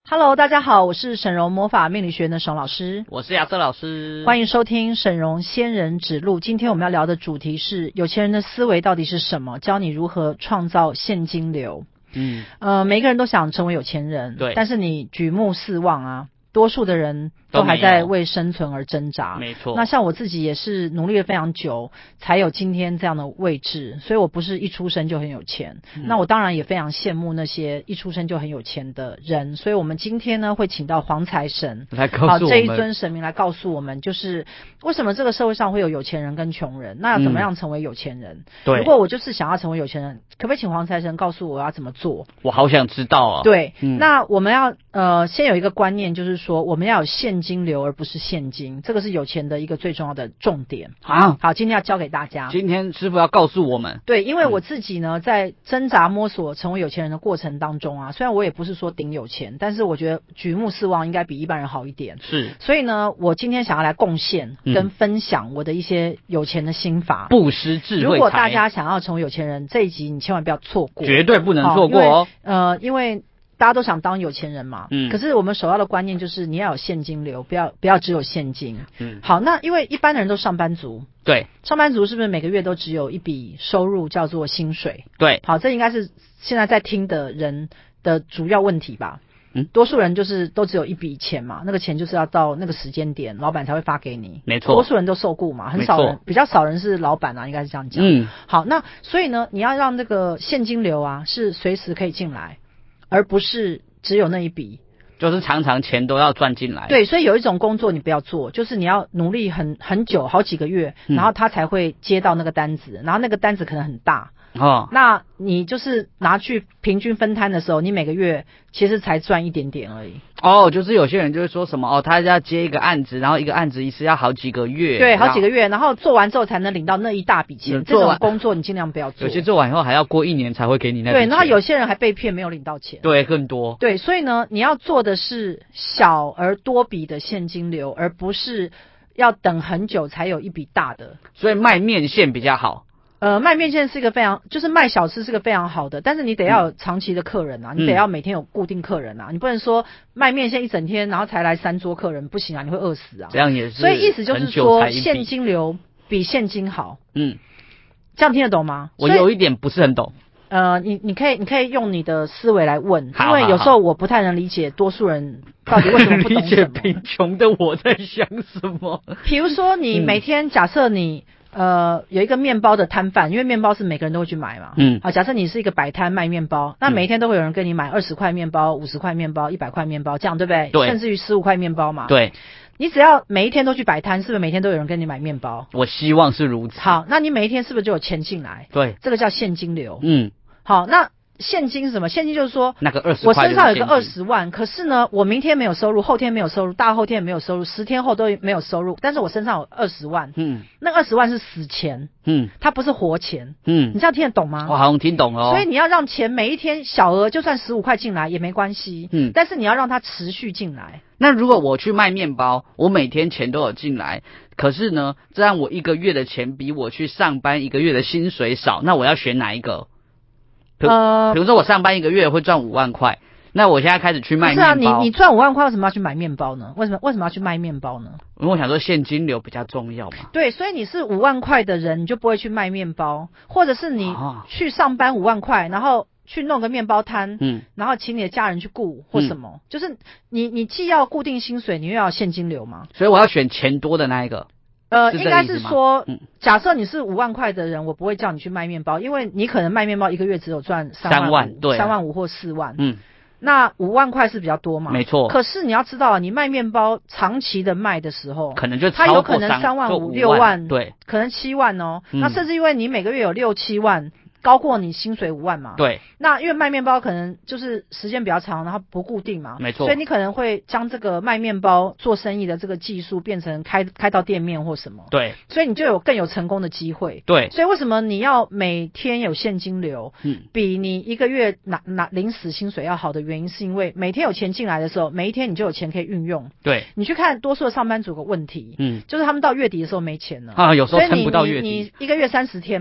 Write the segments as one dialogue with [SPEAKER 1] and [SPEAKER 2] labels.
[SPEAKER 1] Hello， 大家好，我是沈荣魔法命理学院的沈老师，
[SPEAKER 2] 我是亚瑟老师，
[SPEAKER 1] 欢迎收听沈荣仙人指路。今天我们要聊的主题是有钱人的思维到底是什么，教你如何创造现金流。每个人都想成为有钱人，
[SPEAKER 2] 对，
[SPEAKER 1] 但是你举目四望啊，多数的人都还在为生存而挣扎，
[SPEAKER 2] 没错。
[SPEAKER 1] 那像我自己也是努力了非常久才有今天这样的位置，所以我不是一出生就很有钱，那我当然也非常羡慕那些一出生就很有钱的人，所以我们今天呢会请到黄财神
[SPEAKER 2] 来告诉我们，
[SPEAKER 1] 这一尊神明来告诉我们，就是为什么这个社会上会有有钱人跟穷人，那要怎么样成为有钱人，
[SPEAKER 2] 对，
[SPEAKER 1] 如果我就是想要成为有钱人，可不可以请黄财神告诉我要怎么做？
[SPEAKER 2] 我好想知道啊。
[SPEAKER 1] 对，那我们要先有一个观念，就是说我们要有现金流而不是现金，这个是有钱的一个最重要的重点。好，今天要教给大家。
[SPEAKER 2] 今天师傅要告诉我们，
[SPEAKER 1] 对，因为我自己呢，在挣扎摸索成为有钱人的过程当中啊，虽然我也不是说顶有钱，但是我觉得举目四望应该比一般人好一点。
[SPEAKER 2] 是，
[SPEAKER 1] 所以呢，我今天想要来贡献跟分享我的一些有钱的心法，
[SPEAKER 2] 布施智慧财。
[SPEAKER 1] 如果大家想要成为有钱人，这一集你千万不要错过，
[SPEAKER 2] 绝对不能错过
[SPEAKER 1] 哦。因为大家都想当有钱人嘛，可是我们首要的观念就是你要有现金流，不要只有现金。好，那因为一般的人都上班族，
[SPEAKER 2] 对，
[SPEAKER 1] 上班族是不是每个月都只有一笔收入叫做薪水？
[SPEAKER 2] 对，
[SPEAKER 1] 好，这应该是现在在听的人的主要问题吧。多数人就是都只有一笔钱嘛，那个钱就是要到那个时间点，老板才会发给你。
[SPEAKER 2] 没错，
[SPEAKER 1] 多数人都受雇嘛，很少人，比较少人是老板啊，应该是这样讲。好，那所以呢，你要让那个现金流啊是随时可以进来，而不是只有那一笔。
[SPEAKER 2] 就是常常钱都要赚进来。
[SPEAKER 1] 对，所以有一种工作你不要做，就是你要努力很久，好几个月，然后他才会接到那个单子，然后那个单子可能很大。那你就是拿去平均分摊的时候，你每个月其实才赚一点点而已。
[SPEAKER 2] 就是有些人就会说什么他要接一个案子，然后一个案子一次要好几个月。
[SPEAKER 1] 对，好几个月，然后做完之后才能领到那一大笔钱。这种工作你尽量不要做。
[SPEAKER 2] 有些做完以后还要过1年才会给你那笔钱。
[SPEAKER 1] 对，然后有些人还被骗没有领到钱。
[SPEAKER 2] 对，更多。
[SPEAKER 1] 对，所以呢，你要做的是小而多笔的现金流，而不是要等很久才有一笔大的。
[SPEAKER 2] 所以卖面线比较好。
[SPEAKER 1] 卖面线是一个非常，就是卖小吃是个非常好的，但是你得要有长期的客人啊，你得要每天有固定客人啊，你不能说卖面线一整天，然后才来3桌客人，不行啊，你会饿死啊。
[SPEAKER 2] 这样也是。
[SPEAKER 1] 所以意思就是说，现金流比现金好。这样听得懂吗？
[SPEAKER 2] 我有一点不是很懂。
[SPEAKER 1] 你可以用你的思维来问，因为有时候我不太能理解多数人到底为什么不懂什么。
[SPEAKER 2] 理解贫穷的我在想什么？
[SPEAKER 1] 比如说你每天假设你有一个面包的摊贩，因为面包是每个人都会去买嘛。假设你是一个摆摊卖面包，那每一天都会有人跟你买20块面包、50块面包、100块面包，这样对不对？
[SPEAKER 2] 对。
[SPEAKER 1] 甚至于15块面包嘛。
[SPEAKER 2] 对。
[SPEAKER 1] 你只要每一天都去摆摊，是不是每天都有人跟你买面包？
[SPEAKER 2] 我希望是如此。
[SPEAKER 1] 好，那你每一天是不是就有钱进来？
[SPEAKER 2] 对。
[SPEAKER 1] 这个叫现金流。好，那现金是什么？现金就是说，
[SPEAKER 2] 那个20块，
[SPEAKER 1] 我身上有个20万，可是呢，我明天没有收入，后天没有收入，大后天没有收入，10天后都没有收入，但是我身上有20万，那20万是死钱，它不是活钱，你这样听得懂吗？
[SPEAKER 2] 我好像听懂了。
[SPEAKER 1] 所以你要让钱每一天小额，就算15块进来也没关系，但是你要让它持续进来。
[SPEAKER 2] 那如果我去卖面包，我每天钱都有进来，可是呢，这样我一个月的钱比我去上班一个月的薪水少，那我要选哪一个？比如说我上班一个月会赚5万块，那我现在开始去卖面包。
[SPEAKER 1] 不是啊，你赚5万块，为什么要去买面包呢？为什么要去卖面包呢？
[SPEAKER 2] 因为我想说现金流比较重要嘛。
[SPEAKER 1] 对，所以你是5万块的人，你就不会去卖面包，或者是你去上班5万块，然后去弄个面包摊，然后请你的家人去雇或什么，就是你既要固定薪水，你又要现金流嘛。
[SPEAKER 2] 所以我要选钱多的那一个。
[SPEAKER 1] 应该是说，假设你是5万块的人，我不会叫你去卖面包，因为你可能卖面包一个月只有赚3万，对，3万5或4万，那5万块是比较多嘛？
[SPEAKER 2] 没错。
[SPEAKER 1] 可是你要知道，你卖面包长期的卖的时候，
[SPEAKER 2] 可能就
[SPEAKER 1] 它有可能3万5、6万，
[SPEAKER 2] 对，
[SPEAKER 1] 可能7万哦。那甚至因为你每个月有6、7万。高过你薪水5万嘛？
[SPEAKER 2] 对。
[SPEAKER 1] 那因为卖面包可能就是时间比较长，然后不固定嘛，
[SPEAKER 2] 没错。
[SPEAKER 1] 所以你可能会将这个卖面包做生意的这个技术变成开到店面或什么。
[SPEAKER 2] 对。
[SPEAKER 1] 所以你就更有成功的机会。
[SPEAKER 2] 对。
[SPEAKER 1] 所以为什么你要每天有现金流，比你一个月拿领死薪水要好的原因，是因为每天有钱进来的时候，每一天你就有钱可以运用。
[SPEAKER 2] 对。
[SPEAKER 1] 你去看多数的上班族有个问题，就是他们到月底的时候没钱了
[SPEAKER 2] 有时候撑不到月底。
[SPEAKER 1] 你一个月30天嘛。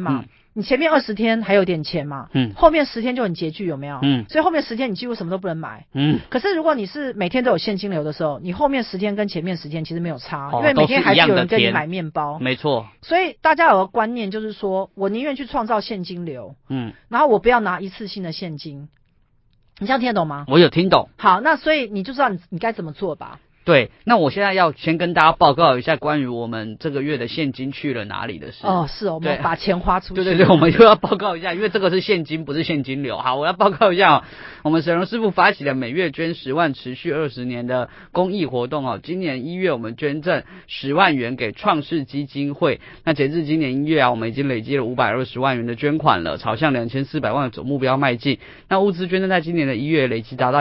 [SPEAKER 1] 你前面20天还有点钱嘛，后面10天就很拮据，有没有？所以后面10天你几乎什么都不能买，可是如果你是每天都有现金流的时候，你后面10天跟前面10天其实没有差，因为每天还是有人跟你买面包，
[SPEAKER 2] 没错。
[SPEAKER 1] 所以大家有个观念就是说，我宁愿去创造现金流，然后我不要拿一次性的现金。你这样听得懂吗？
[SPEAKER 2] 我有听懂。
[SPEAKER 1] 好，那所以你就知道你该怎么做吧。
[SPEAKER 2] 对，那我现在要先跟大家报告一下关于我们这个月的现金去了哪里的事。
[SPEAKER 1] 是我们把钱花出去。
[SPEAKER 2] 对，我们又要报告一下，因为这个是现金，不是现金流。好，我要报告一下我们沈荣师傅发起的每月捐10万持续20年的公益活动今年1月我们捐赠10万元给创世基金会。那截至今年1月我们已经累积了520万元的捐款了，朝向2400万的总目标迈进。那物资捐赠在今年的1月累计达到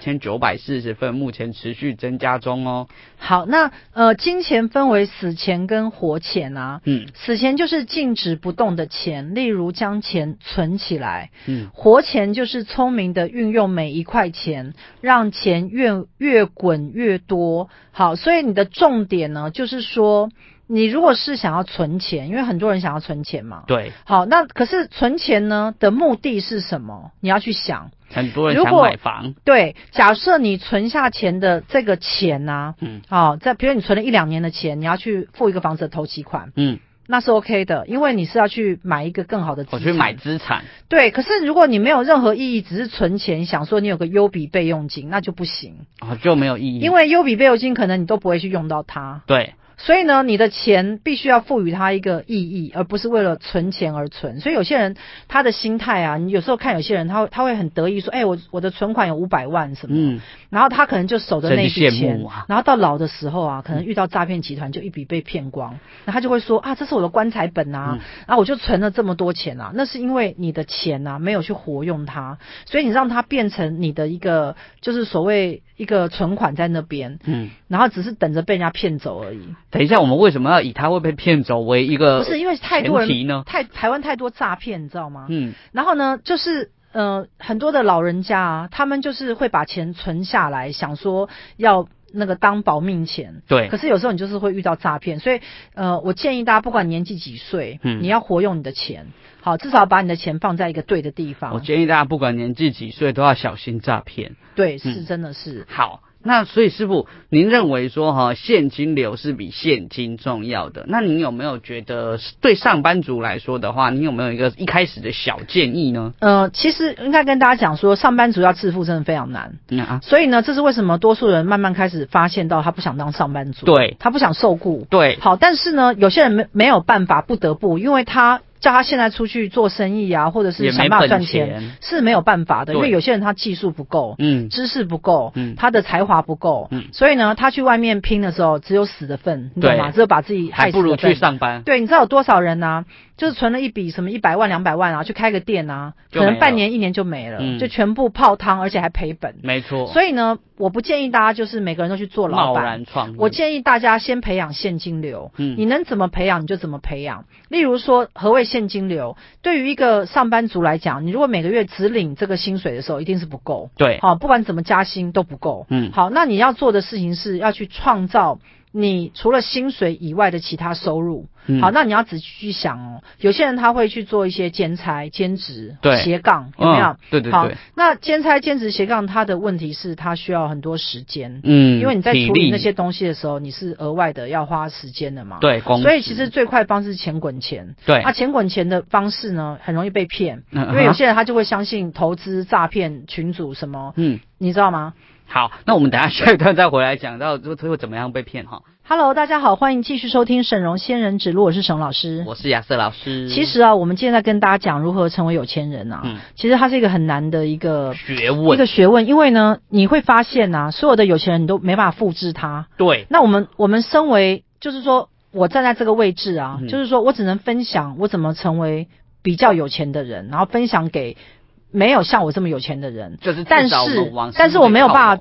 [SPEAKER 2] 18940份，目前持续增加中。
[SPEAKER 1] 好，那金钱分为死钱跟活钱啊。死钱就是静止不动的钱，例如将钱存起来。活钱就是聪明的运用每一块钱，让钱越滚越多。好，所以你的重点呢，就是说你如果是想要存钱，因为很多人想要存钱嘛。
[SPEAKER 2] 对。好，
[SPEAKER 1] 那可是存钱呢的目的是什么？你要去想。
[SPEAKER 2] 很多人想买房。
[SPEAKER 1] 对，假设你存下钱的这个钱啊，比如你存了1-2年的钱，你要去付一个房子的头期款。那是 OK 的，因为你是要去买一个更好的资产。
[SPEAKER 2] 我去买资产。
[SPEAKER 1] 对，可是如果你没有任何意义，只是存钱，想说你有个优比备用金，那就不行。
[SPEAKER 2] 就没有意义。
[SPEAKER 1] 因为优比备用金可能你都不会去用到它。
[SPEAKER 2] 对。
[SPEAKER 1] 所以呢，你的钱必须要赋予它一个意义，而不是为了存钱而存。所以有些人他的心态啊，你有时候看有些人他会很得意说，我的存款有500万什么，然后他可能就守着那笔钱，然后到老的时候啊，可能遇到诈骗集团就一笔被骗光，那他就会说这是我的棺材本啊，然后我就存了这么多钱啊，那是因为你的钱啊没有去活用它，所以你让它变成你的一个就是所谓一个存款在那边，然后只是等着被人家骗走而已。
[SPEAKER 2] 等一下，我们为什么要以他会被骗走为一个前提呢？
[SPEAKER 1] 不是因为太多人台湾太多诈骗，你知道吗？然后呢，就是很多的老人家啊，他们就是会把钱存下来，想说要那个当保命钱。
[SPEAKER 2] 对。
[SPEAKER 1] 可是有时候你就是会遇到诈骗，所以我建议大家不管年纪几岁，你要活用你的钱。好，至少把你的钱放在一个对的地方。
[SPEAKER 2] 我建议大家不管年纪几岁都要小心诈骗。
[SPEAKER 1] 对，是真的是。
[SPEAKER 2] 好。那所以师傅，您认为说现金流是比现金重要的？那您有没有觉得对上班族来说的话，您有没有一个一开始的小建议呢？
[SPEAKER 1] 其实应该跟大家讲说，上班族要致富真的非常难。所以呢，这是为什么多数人慢慢开始发现到他不想当上班族，
[SPEAKER 2] 对，
[SPEAKER 1] 他不想受雇。
[SPEAKER 2] 对。
[SPEAKER 1] 好，但是呢，有些人没有办法，不得不，因为叫他现在出去做生意啊，或者是想办法赚钱是没有办法的，因为有些人他技术不够，知识不够，他的才华不够，所以呢，他去外面拼的时候只有死的份，你懂吗？只有把自己害死的份，
[SPEAKER 2] 还不如去上班。
[SPEAKER 1] 对，你知道有多少人啊？就是存了一笔什么100万200万啊，去开个店啊，可能半年1年就没了，就全部泡汤，而且还赔本。
[SPEAKER 2] 没错。
[SPEAKER 1] 所以呢，我不建议大家就是每个人都去做老板，
[SPEAKER 2] 贸然创业。
[SPEAKER 1] 我建议大家先培养现金流，你能怎么培养你就怎么培养。例如说，何谓现金流？对于一个上班族来讲，你如果每个月只领这个薪水的时候，一定是不够。
[SPEAKER 2] 对。
[SPEAKER 1] 好，不管怎么加薪都不够。好，那你要做的事情是要去创造你除了薪水以外的其他收入。好，那你要仔细去想有些人他会去做一些兼差、兼职、斜杠，有没有？
[SPEAKER 2] 对。
[SPEAKER 1] 好，那兼差、兼职、斜杠，他的问题是他需要很多时间，因为你在处理那些东西的时候，你是额外的要花时间的嘛。
[SPEAKER 2] 对，
[SPEAKER 1] 所以其实最快的方式是钱滚钱。
[SPEAKER 2] 对，
[SPEAKER 1] 钱滚钱的方式呢，很容易被骗，因为有些人他就会相信投资诈骗群组什么，你知道吗？
[SPEAKER 2] 好，那我们等一下一段再回来讲到会怎么样被骗哈。
[SPEAKER 1] Hello， 大家好，欢迎继续收听沈荣仙人指路，我是沈老师，
[SPEAKER 2] 我是亚瑟老师。
[SPEAKER 1] 其实啊，我们今天在跟大家讲如何成为有钱人啊，其实它是一个很难的一个学问，因为呢，你会发现啊，所有的有钱人你都没办法复制它。
[SPEAKER 2] 对。
[SPEAKER 1] 那我们身为，就是说我站在这个位置啊，就是说我只能分享我怎么成为比较有钱的人，然后分享给没有像我这么有钱的人，
[SPEAKER 2] 就是
[SPEAKER 1] 但是我没有办法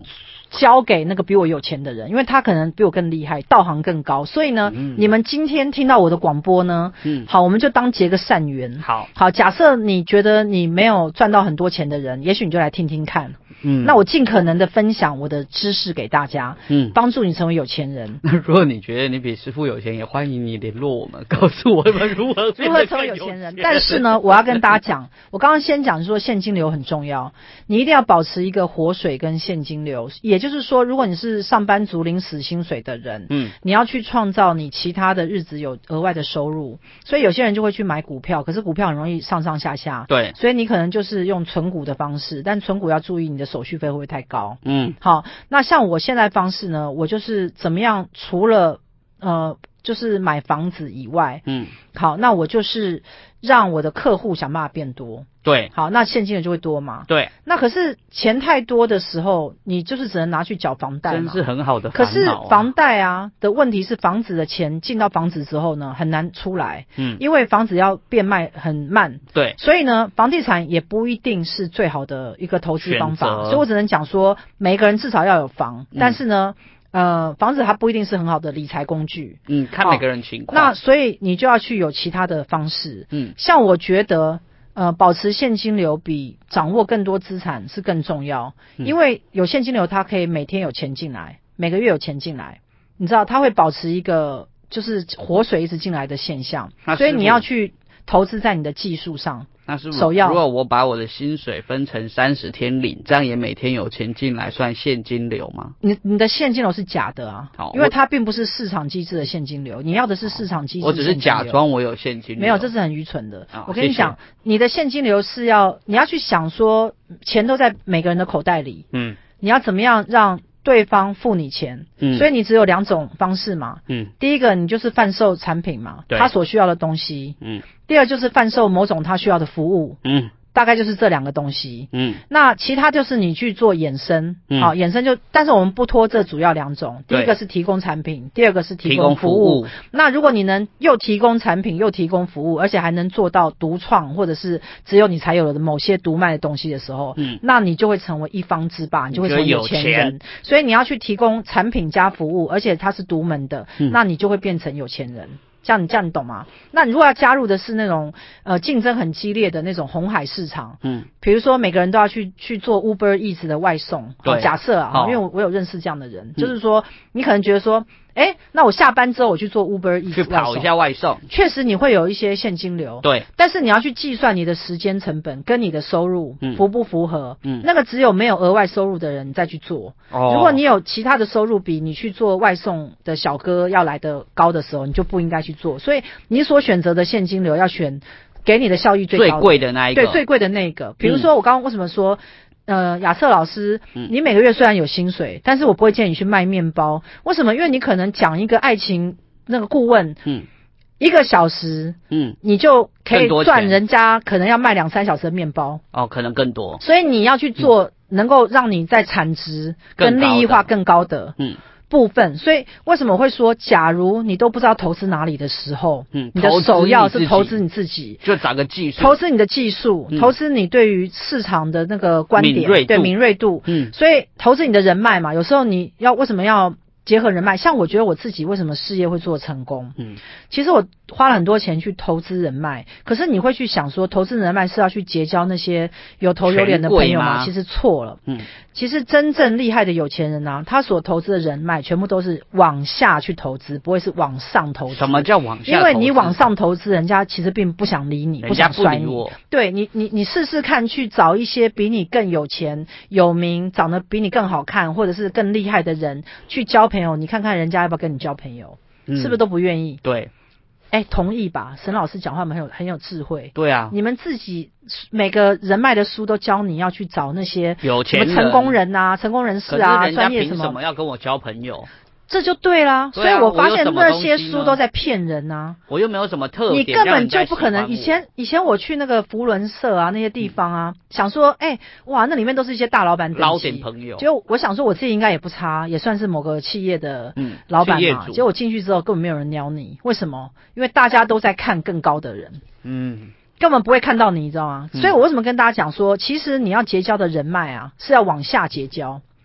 [SPEAKER 1] 交给那个比我有钱的人，因为他可能比我更厉害，道行更高。所以呢，你们今天听到我的广播呢，好，我们就当结个善缘。好，假设你觉得你没有赚到很多钱的人，也许你就来听听看。那我尽可能的分享我的知识给大家，帮助你成为有钱人。
[SPEAKER 2] 那如果你觉得你比师父有钱，也欢迎你联络我们，告诉我们如何
[SPEAKER 1] 成为有钱人。但是呢，我要跟大家讲，我刚刚先讲说现金流很重要，你一定要保持一个活水跟现金流。也就是说，如果你是上班族领死薪水的人，你要去创造你其他的日子有额外的收入。所以有些人就会去买股票，可是股票很容易上上下下，
[SPEAKER 2] 对，
[SPEAKER 1] 所以你可能就是用存股的方式，但存股要注意你的手续费会不会太高。好，那像我现在方式呢，我就是怎么样，除了就是买房子以外，好，那我就是让我的客户想办法变多。
[SPEAKER 2] 对，
[SPEAKER 1] 好，那现金流就会多嘛。
[SPEAKER 2] 对，
[SPEAKER 1] 那可是钱太多的时候，你就是只能拿去缴房贷嘛。
[SPEAKER 2] 真是很好的烦恼啊。
[SPEAKER 1] 可是房贷啊的问题是，房子的钱进到房子之后呢，很难出来。因为房子要变卖很慢。对，所以呢，房地产也不一定是最好的一个投资方法。所以我只能讲说，每个人至少要有房，但是呢。房子它不一定是很好的理财工具。
[SPEAKER 2] 看每个人情况。
[SPEAKER 1] 那所以你就要去有其他的方式。像我觉得保持现金流比掌握更多资产是更重要。因为有现金流它可以每天有钱进来，每个月有钱进来，你知道它会保持一个就是活水一直进来的现象。所以你要去投资在你的技术上。
[SPEAKER 2] 那是首要。如果我把我的薪水分成30天领，这样也每天有钱进来，算现金流吗？
[SPEAKER 1] 你的现金流是假的啊，因为它并不是市场机制的现金流，你要的是市场机制的现金流。我只是假装我有现金流。没有，这是很愚蠢的。我跟你讲，你的现金流是你要去想说，钱都在每个人的口袋里。你要怎么样让对方付你钱。所以你只有2种方式嘛。第一个你就是贩售产品嘛，他所需要的东西。第二就是贩售某种他需要的服务。大概就是这2个东西。那其他就是你去做衍生。好，衍生但是我们不拖这主要2种。第一个是提供产品，第二个是提供服务。那如果你能又提供产品又提供服务，而且还能做到独创或者是只有你才有的某些独卖的东西的时候，那你就会成为一方之霸，你就会成为有钱人。所以你要去提供产品加服务，而且它是独门的，那你就会变成有钱人。这样你懂吗？那你如果要加入的是那种竞争很激烈的那种红海市场，比如说每个人都要去做 Uber Eats 的外送，假设啊，因为我有认识这样的人，就是说你可能觉得说，那我下班之后我去做 Uber Eats
[SPEAKER 2] 去跑一下外送，
[SPEAKER 1] 确实你会有一些现金流，对，但是你要去计算你的时间成本跟你的收入符不符合，那个只有没有额外收入的人再去做。如果你有其他的收入比你去做外送的小哥要来得高的时候，你就不应该去做。所以你所选择的现金流要选给你的效益最高的，
[SPEAKER 2] 最贵的那一个，
[SPEAKER 1] 对，最贵的那一个。比如说我刚刚为什么说亚瑟老师，你每个月虽然有薪水，但是我不会建议你去卖面包。为什么？因为你可能讲一个爱情那个顾问，1个小时，你就可以赚人家可能要卖2-3小时的面包，
[SPEAKER 2] 可能更多。
[SPEAKER 1] 所以你要去做能够让你在产值跟利益化更高的部分。所以为什么我会说，假如你都不知道投资哪里的时候，你的首要是投资你自己，
[SPEAKER 2] 就找个技术，
[SPEAKER 1] 投资你的技术，投资你对于市场的那个观点，对敏锐度，所以投资你的人脉嘛。有时候你为什么要结合人脉？像我觉得我自己为什么事业会做成功，其实我花了很多钱去投资人脉，可是你会去想说，投资人脉是要去结交那些有头有脸的朋友吗？其实错了。其实真正厉害的有钱人啊，他所投资的人脉全部都是往下去投资，不会是往上投资。
[SPEAKER 2] 什么叫往下投资？
[SPEAKER 1] 因为你往上投资，人家其实并不想理你，不想甩你。对，你试试看，去找一些比你更有钱、有名、长得比你更好看，或者是更厉害的人去交朋友，你看看人家要不要跟你交朋友，是不是都不愿意？
[SPEAKER 2] 对。
[SPEAKER 1] 同意吧？沈老师讲话很有智慧。
[SPEAKER 2] 对啊，
[SPEAKER 1] 你们自己每个人脉的书都教你要去找那些
[SPEAKER 2] 有钱人、
[SPEAKER 1] 什么成功人啊、成功人士啊、专业
[SPEAKER 2] 什么。凭什么要跟我交朋友？
[SPEAKER 1] 这就对啦。所以我发现那些书都在骗人啊。
[SPEAKER 2] 我又没有什么特点，
[SPEAKER 1] 你根本就不可能。以前我去那个福伦社啊那些地方啊，想说哇，那里面都是一因为大老板
[SPEAKER 2] 捞点朋友。
[SPEAKER 1] 就我想说我自己应该也不差，也算是某个企业的老板嘛。结果我进去之后根本没有人撩你，为什么？因为大家都在看更高的人。根本不会看到你知道吗？所以我为什么跟大家讲说，其实你要结交的人脉啊，是要往下结交。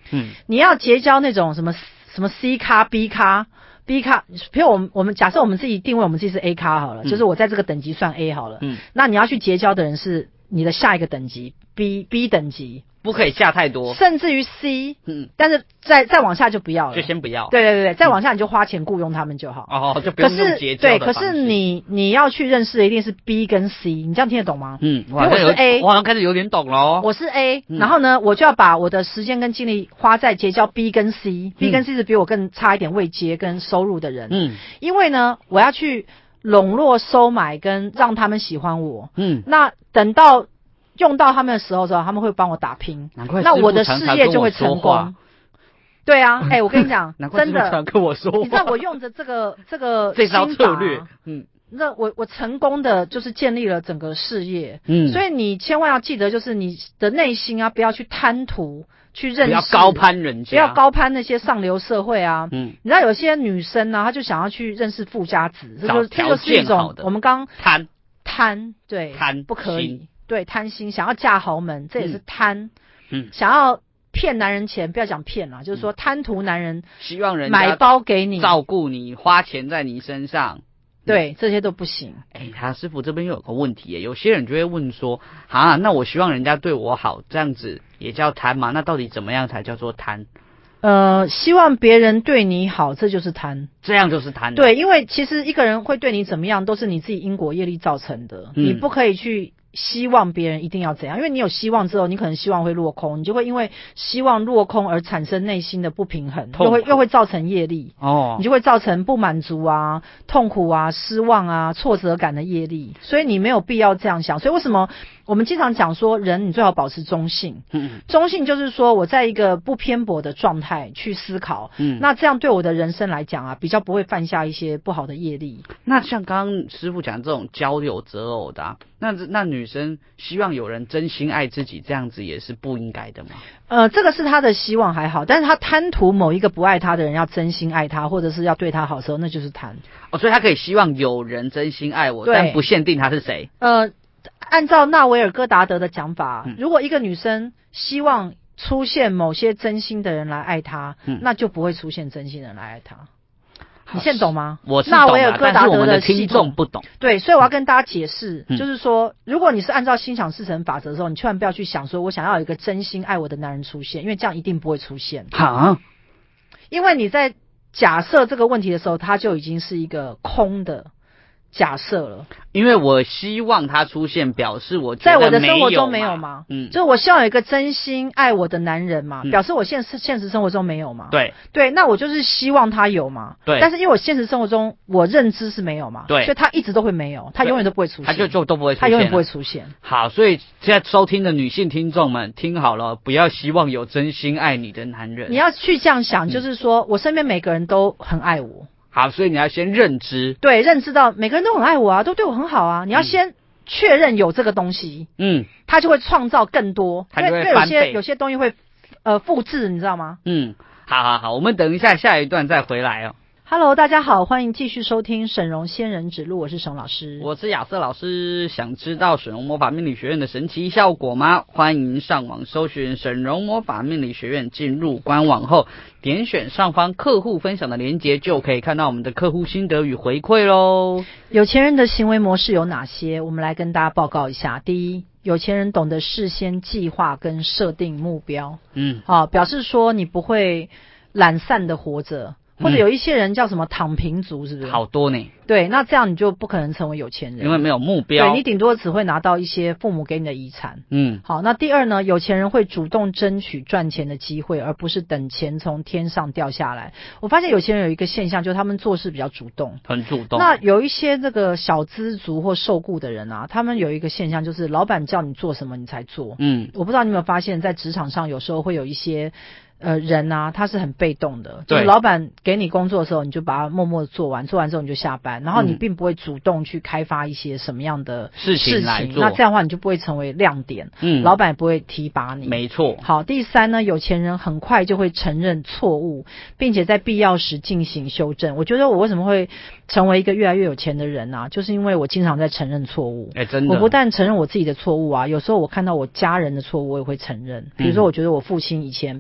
[SPEAKER 1] 你要结交那种什么 C 咖 B 咖。B 咖，比如我们假设我们自己定位我们自己是 A 咖好了，就是我在这个等级算 A 好了。那你要去结交的人是你的下一个等级 B 等级，
[SPEAKER 2] 不可以下太多，
[SPEAKER 1] 甚至于 C。但是再往下就不要了，
[SPEAKER 2] 就先不要。
[SPEAKER 1] 对，再往下你就花钱雇佣他们就好。
[SPEAKER 2] 就不用用结交的方式。
[SPEAKER 1] 可是你要去认识的一定是 B 跟 C， 你这样听得懂吗？
[SPEAKER 2] 我是 A， 我好像开始有点懂了。
[SPEAKER 1] 我是 A，然后呢，我就要把我的时间跟精力花在结交 B 跟 C。B 跟 C 是比我更差一点位阶跟收入的人。因为呢，我要去笼络、收买跟让他们喜欢我。那等到用到他们的时候，他们会帮我打拼，那我的事业就会成功。对啊，我跟你讲，真的，
[SPEAKER 2] 跟我说话，
[SPEAKER 1] 你知道我用着这
[SPEAKER 2] 招策略，
[SPEAKER 1] 那我成功的就是建立了整个事业。所以你千万要记得，就是你的内心啊，不要去贪图去认识，
[SPEAKER 2] 不要高攀人家，
[SPEAKER 1] 不要高攀那些上流社会啊。你知道有些女生呢，她就想要去认识富家子，这就是一种我们刚贪，对，不可以。对，贪心，想要嫁豪门，这也是贪。想要骗男人钱，不要讲骗啦，就是说贪图男人，
[SPEAKER 2] 希望人家
[SPEAKER 1] 买包给你，
[SPEAKER 2] 照顾你，花钱在你身上。
[SPEAKER 1] 对，这些都不行。
[SPEAKER 2] 师傅这边有个问题耶，有些人就会问说，那我希望人家对我好，这样子也叫贪吗？那到底怎么样才叫做贪？
[SPEAKER 1] 希望别人对你好，这就是贪，
[SPEAKER 2] 这样就是贪。
[SPEAKER 1] 对，因为其实一个人会对你怎么样，都是你自己因果业力造成的，你不可以去希望别人一定要怎样，因为你有希望之后，你可能希望会落空，你就会因为希望落空而产生内心的不平衡，又会造成业力。你就会造成不满足啊、痛苦啊、失望啊、挫折感的业力，所以你没有必要这样想。所以为什么我们经常讲说，人你最好保持中性。中性就是说我在一个不偏颇的状态去思考。那这样对我的人生来讲啊，比较不会犯下一些不好的业力。
[SPEAKER 2] 那像刚刚师父讲这种交友择偶的那女生希望有人真心爱自己，这样子也是不应该的吗？
[SPEAKER 1] 这个是她的希望还好，但是她贪图某一个不爱她的人要真心爱她，或者是要对她好的时候，那就是贪。
[SPEAKER 2] 所以她可以希望有人真心爱我，但不限定他是谁。
[SPEAKER 1] 按照纳维尔戈达德的讲法，如果一个女生希望出现某些真心的人来爱她，那就不会出现真心的人来爱她。你现在懂吗？
[SPEAKER 2] 我是懂
[SPEAKER 1] 纳维尔戈达德
[SPEAKER 2] 但是我们的听众不懂。
[SPEAKER 1] 对，所以我要跟大家解释，就是说，如果你是按照心想事成法则的时候，你千万不要去想说我想要有一个真心爱我的男人出现，因为这样一定不会出现。因为你在假设这个问题的时候，它就已经是一个空的假设了。
[SPEAKER 2] 因为我希望他出现，表示我
[SPEAKER 1] 在我的生活中没有吗？就是我希望有一个真心爱我的男人嘛，表示我现实生活中没有嘛。对，那我就是希望他有嘛。对，但是因为我现实生活中我认知是没有嘛，所以他一直都会没有，他永远都不会出现，
[SPEAKER 2] 他就都不会出现，
[SPEAKER 1] 他永远不会出现。
[SPEAKER 2] 好，所以现在收听的女性听众们听好了，不要希望有真心爱你的男人。
[SPEAKER 1] 你要去这样想，就是说我身边每个人都很爱我。
[SPEAKER 2] 好，所以你要先认知，
[SPEAKER 1] 对，认知到每个人都很爱我啊，都对我很好啊。你要先确认有这个东西，他就会创造更多，
[SPEAKER 2] 他就会翻倍。
[SPEAKER 1] 有些东西会复制，你知道吗？
[SPEAKER 2] 好，我们等一下一段再回来哦。
[SPEAKER 1] Hello， 大家好，欢迎继续收听沈荣仙人指路，我是沈老师，
[SPEAKER 2] 我是亚瑟老师。想知道沈荣魔法命理学院的神奇效果吗？欢迎上网搜寻沈荣魔法命理学院，进入官网后点选上方客户分享的连结，就可以看到我们的客户心得与回馈咯。
[SPEAKER 1] 有钱人的行为模式有哪些？我们来跟大家报告一下。第一，有钱人懂得事先计划跟设定目标，表示说你不会懒散的活着。或者有一些人叫什么躺平族，是不是？
[SPEAKER 2] 好多呢。
[SPEAKER 1] 对，那这样你就不可能成为有钱人，
[SPEAKER 2] 因为没有目标。
[SPEAKER 1] 对，你顶多只会拿到一些父母给你的遗产。好，那第二呢，有钱人会主动争取赚钱的机会，而不是等钱从天上掉下来。我发现有钱人有一个现象，就是他们做事比较主动，
[SPEAKER 2] 很主动。
[SPEAKER 1] 那有一些这个小资族或受雇的人啊，他们有一个现象，就是老板叫你做什么你才做。我不知道你有没有发现，在职场上有时候会有一些人啊，他是很被动的，就是老板给你工作的时候，你就把它默默的做完，做完之后你就下班，然后你并不会主动去开发一些什么样的事情来做，那这样的话你就不会成为亮点，老板也不会提拔你。
[SPEAKER 2] 没错。
[SPEAKER 1] 好，第三呢，有钱人很快就会承认错误，并且在必要时进行修正。我觉得我为什么会成为一个越来越有钱的人啊，就是因为我经常在承认错误。真的。我不但承认我自己的错误啊，有时候我看到我家人的错误我也会承认。比如说我觉得我父亲以前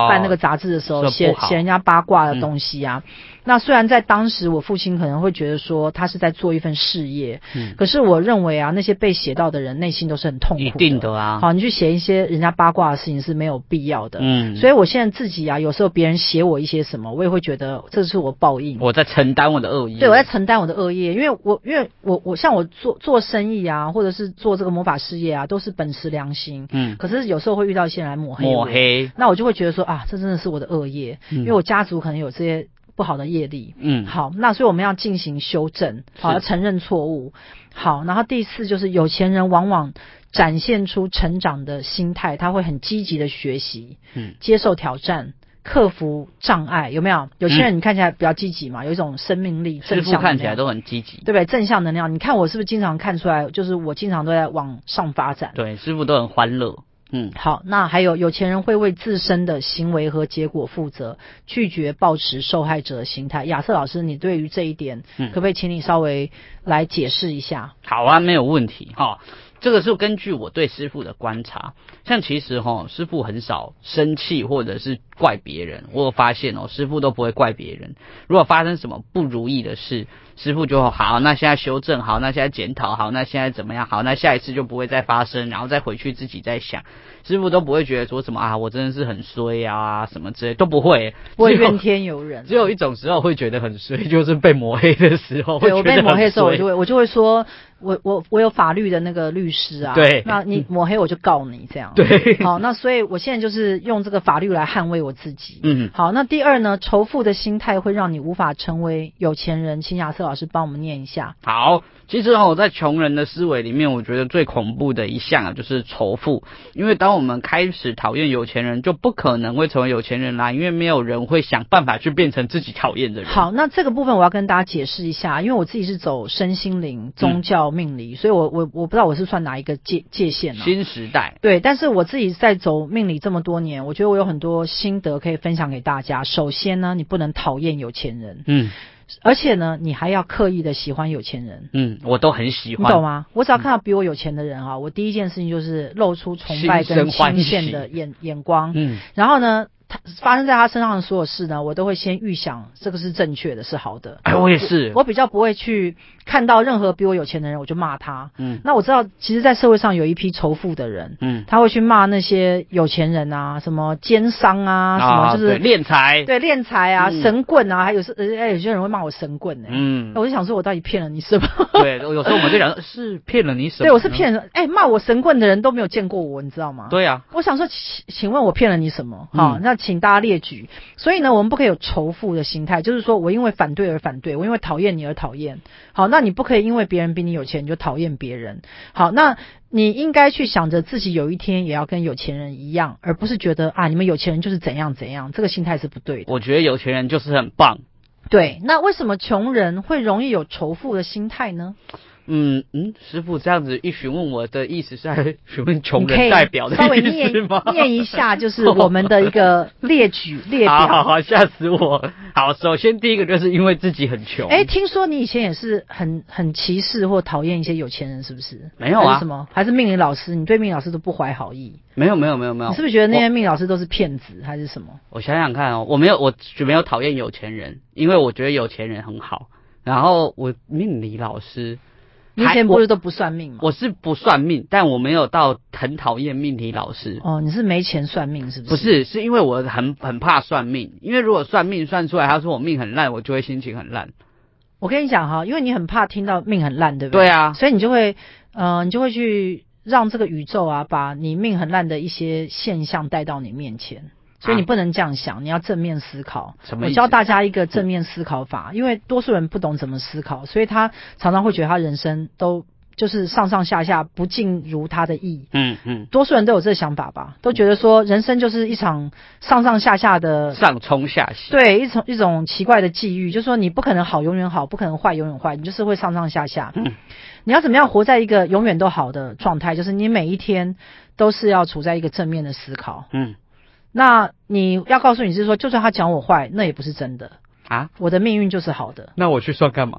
[SPEAKER 1] 办那个杂志的时候，写人家八卦的东西啊。那虽然在当时我父亲可能会觉得说他是在做一份事业，可是我认为啊，那些被写到的人内心都是很痛苦的。
[SPEAKER 2] 一定的啊。
[SPEAKER 1] 好，你去写一些人家八卦的事情是没有必要的。所以我现在自己啊，有时候别人写我一些什么，我也会觉得这是我报应。
[SPEAKER 2] 我在承担我的恶业。
[SPEAKER 1] 对，我在承担我的恶业，因为我像我做生意啊，或者是做这个魔法事业啊，都是本持良心。可是有时候会遇到一些人来抹黑，那我就会觉得说啊，这真的是我的恶业，因为我家族可能有这些不好的业力。好，那所以我们要进行修正，好，要承认错误。好，然后第四就是有钱人往往展现出成长的心态，他会很积极的学习，接受挑战，克服障碍，有没有？有些人你看起来比较积极嘛，有一种生命力，正向能量。师父看起来
[SPEAKER 2] 都很积极，
[SPEAKER 1] 对不对？正向能量，你看我是不是经常看出来？就是我经常都在往上发展。
[SPEAKER 2] 对，师父都很欢乐。
[SPEAKER 1] 好，那还有钱人会为自身的行为和结果负责，拒绝抱持受害者的心态。亚瑟老师，你对于这一点，可不可以请你稍微来解释一下？
[SPEAKER 2] 好啊，没有问题哈。这个是根据我对师父的观察，像其实师父很少生气或者是怪别人。我有发现师父都不会怪别人。如果发生什么不如意的事，师父就好，那现在修正好，那现在检讨好，那现在怎么样好，那下一次就不会再发生，然后再回去自己再想。师父都不会觉得说什么啊，我真的是很衰啊什么之类，都不会，
[SPEAKER 1] 不会怨天尤人。
[SPEAKER 2] 只有一种时候会觉得很衰，就是被抹黑的时候。
[SPEAKER 1] 对，我被抹黑的时候，我就会说。我有法律的那个律师啊，
[SPEAKER 2] 对，
[SPEAKER 1] 那你抹黑我就告你这样，
[SPEAKER 2] 对，
[SPEAKER 1] 好，那所以我现在就是用这个法律来捍卫我自己，好，那第二呢，仇富的心态会让你无法成为有钱人，请亚瑟老师帮我们念一下。
[SPEAKER 2] 好，其实我在穷人的思维里面，我觉得最恐怖的一项啊，就是仇富，因为当我们开始讨厌有钱人，就不可能会成为有钱人啦，因为没有人会想办法去变成自己讨厌的人。
[SPEAKER 1] 好，那这个部分我要跟大家解释一下，因为我自己是走身心灵宗教命理，所以我不知道我是算哪一个界限啊。
[SPEAKER 2] 新时代。
[SPEAKER 1] 对，但是我自己在走命理这么多年，我觉得我有很多心得可以分享给大家。首先呢，你不能讨厌有钱人，而且呢，你还要刻意的喜欢有钱人。
[SPEAKER 2] 我都很喜欢，
[SPEAKER 1] 你懂吗？我只要看到比我有钱的人啊，我第一件事情就是露出崇拜跟倾羡的眼光。然后呢，发生在他身上的所有事呢，我都会先预想这个是正确的，是好的。
[SPEAKER 2] 我也是，
[SPEAKER 1] 我比较不会去看到任何比我有钱的人我就骂他。那我知道其实在社会上有一批仇富的人，他会去骂那些有钱人啊，什么奸商啊，什么就是
[SPEAKER 2] 敛财，
[SPEAKER 1] 对，敛财啊，神棍啊，还有有些人会骂我神棍我就想说我到底骗了你什么？
[SPEAKER 2] 对，有时候我们就讲是骗了你什么？
[SPEAKER 1] 对，我是骗人。骂我神棍的人都没有见过我，你知道吗？
[SPEAKER 2] 对啊，
[SPEAKER 1] 我想说请问我骗了你什么？好，那请大家列举。所以呢，我们不可以有仇富的心态，就是说我因为反对而反对，我因为讨厌你而讨厌。好，那你不可以因为别人比你有钱你就讨厌别人。好，那你应该去想着自己有一天也要跟有钱人一样，而不是觉得啊你们有钱人就是怎样怎样，这个心态是不对的。
[SPEAKER 2] 我觉得有钱人就是很棒。
[SPEAKER 1] 对，那为什么穷人会容易有仇富的心态呢？
[SPEAKER 2] 师父这样子一询问，我的意思是在询问穷人代表的意思吗？
[SPEAKER 1] 稍微念一下，就是我们的一个列表。
[SPEAKER 2] 好，吓死我！好，首先第一个就是因为自己很穷。
[SPEAKER 1] 听说你以前也是很歧视或讨厌一些有钱人，是不是？
[SPEAKER 2] 没有啊。
[SPEAKER 1] 还是什么？还是命理老师？你对命理老师都不怀好意？
[SPEAKER 2] 没有。你
[SPEAKER 1] 是不是觉得那些命理老师都是骗子，还是什么？
[SPEAKER 2] 我想想看我没有讨厌有钱人，因为我觉得有钱人很好。然后我命理老师。
[SPEAKER 1] 你以前不是都不算命吗？
[SPEAKER 2] 我是不算命，但我没有到很讨厌命理老师。
[SPEAKER 1] 你是没钱算命是不是？
[SPEAKER 2] 不是，是因为我很怕算命，因为如果算命算出来他说我命很烂，我就会心情很烂。
[SPEAKER 1] 我跟你讲哈，因为你很怕听到命很烂，对不对？
[SPEAKER 2] 对啊，
[SPEAKER 1] 所以你就会去让这个宇宙啊，把你命很烂的一些现象带到你面前。所以你不能这样想，你要正面思考。
[SPEAKER 2] 什么意思？
[SPEAKER 1] 我教大家一个正面思考法，因为多数人不懂怎么思考，所以他常常会觉得他人生都就是上上下下不尽如他的意。多数人都有这个想法吧，都觉得说人生就是一场上上下下的
[SPEAKER 2] 上冲下洗。
[SPEAKER 1] 对，一种奇怪的际遇，就是说你不可能好永远好，不可能坏永远坏，你就是会上上下下。你要怎么样活在一个永远都好的状态？就是你每一天都是要处在一个正面的思考。那你要告诉你是说，就算他讲我坏，那也不是真的啊，我的命运就是好的。
[SPEAKER 2] 那我去算干嘛？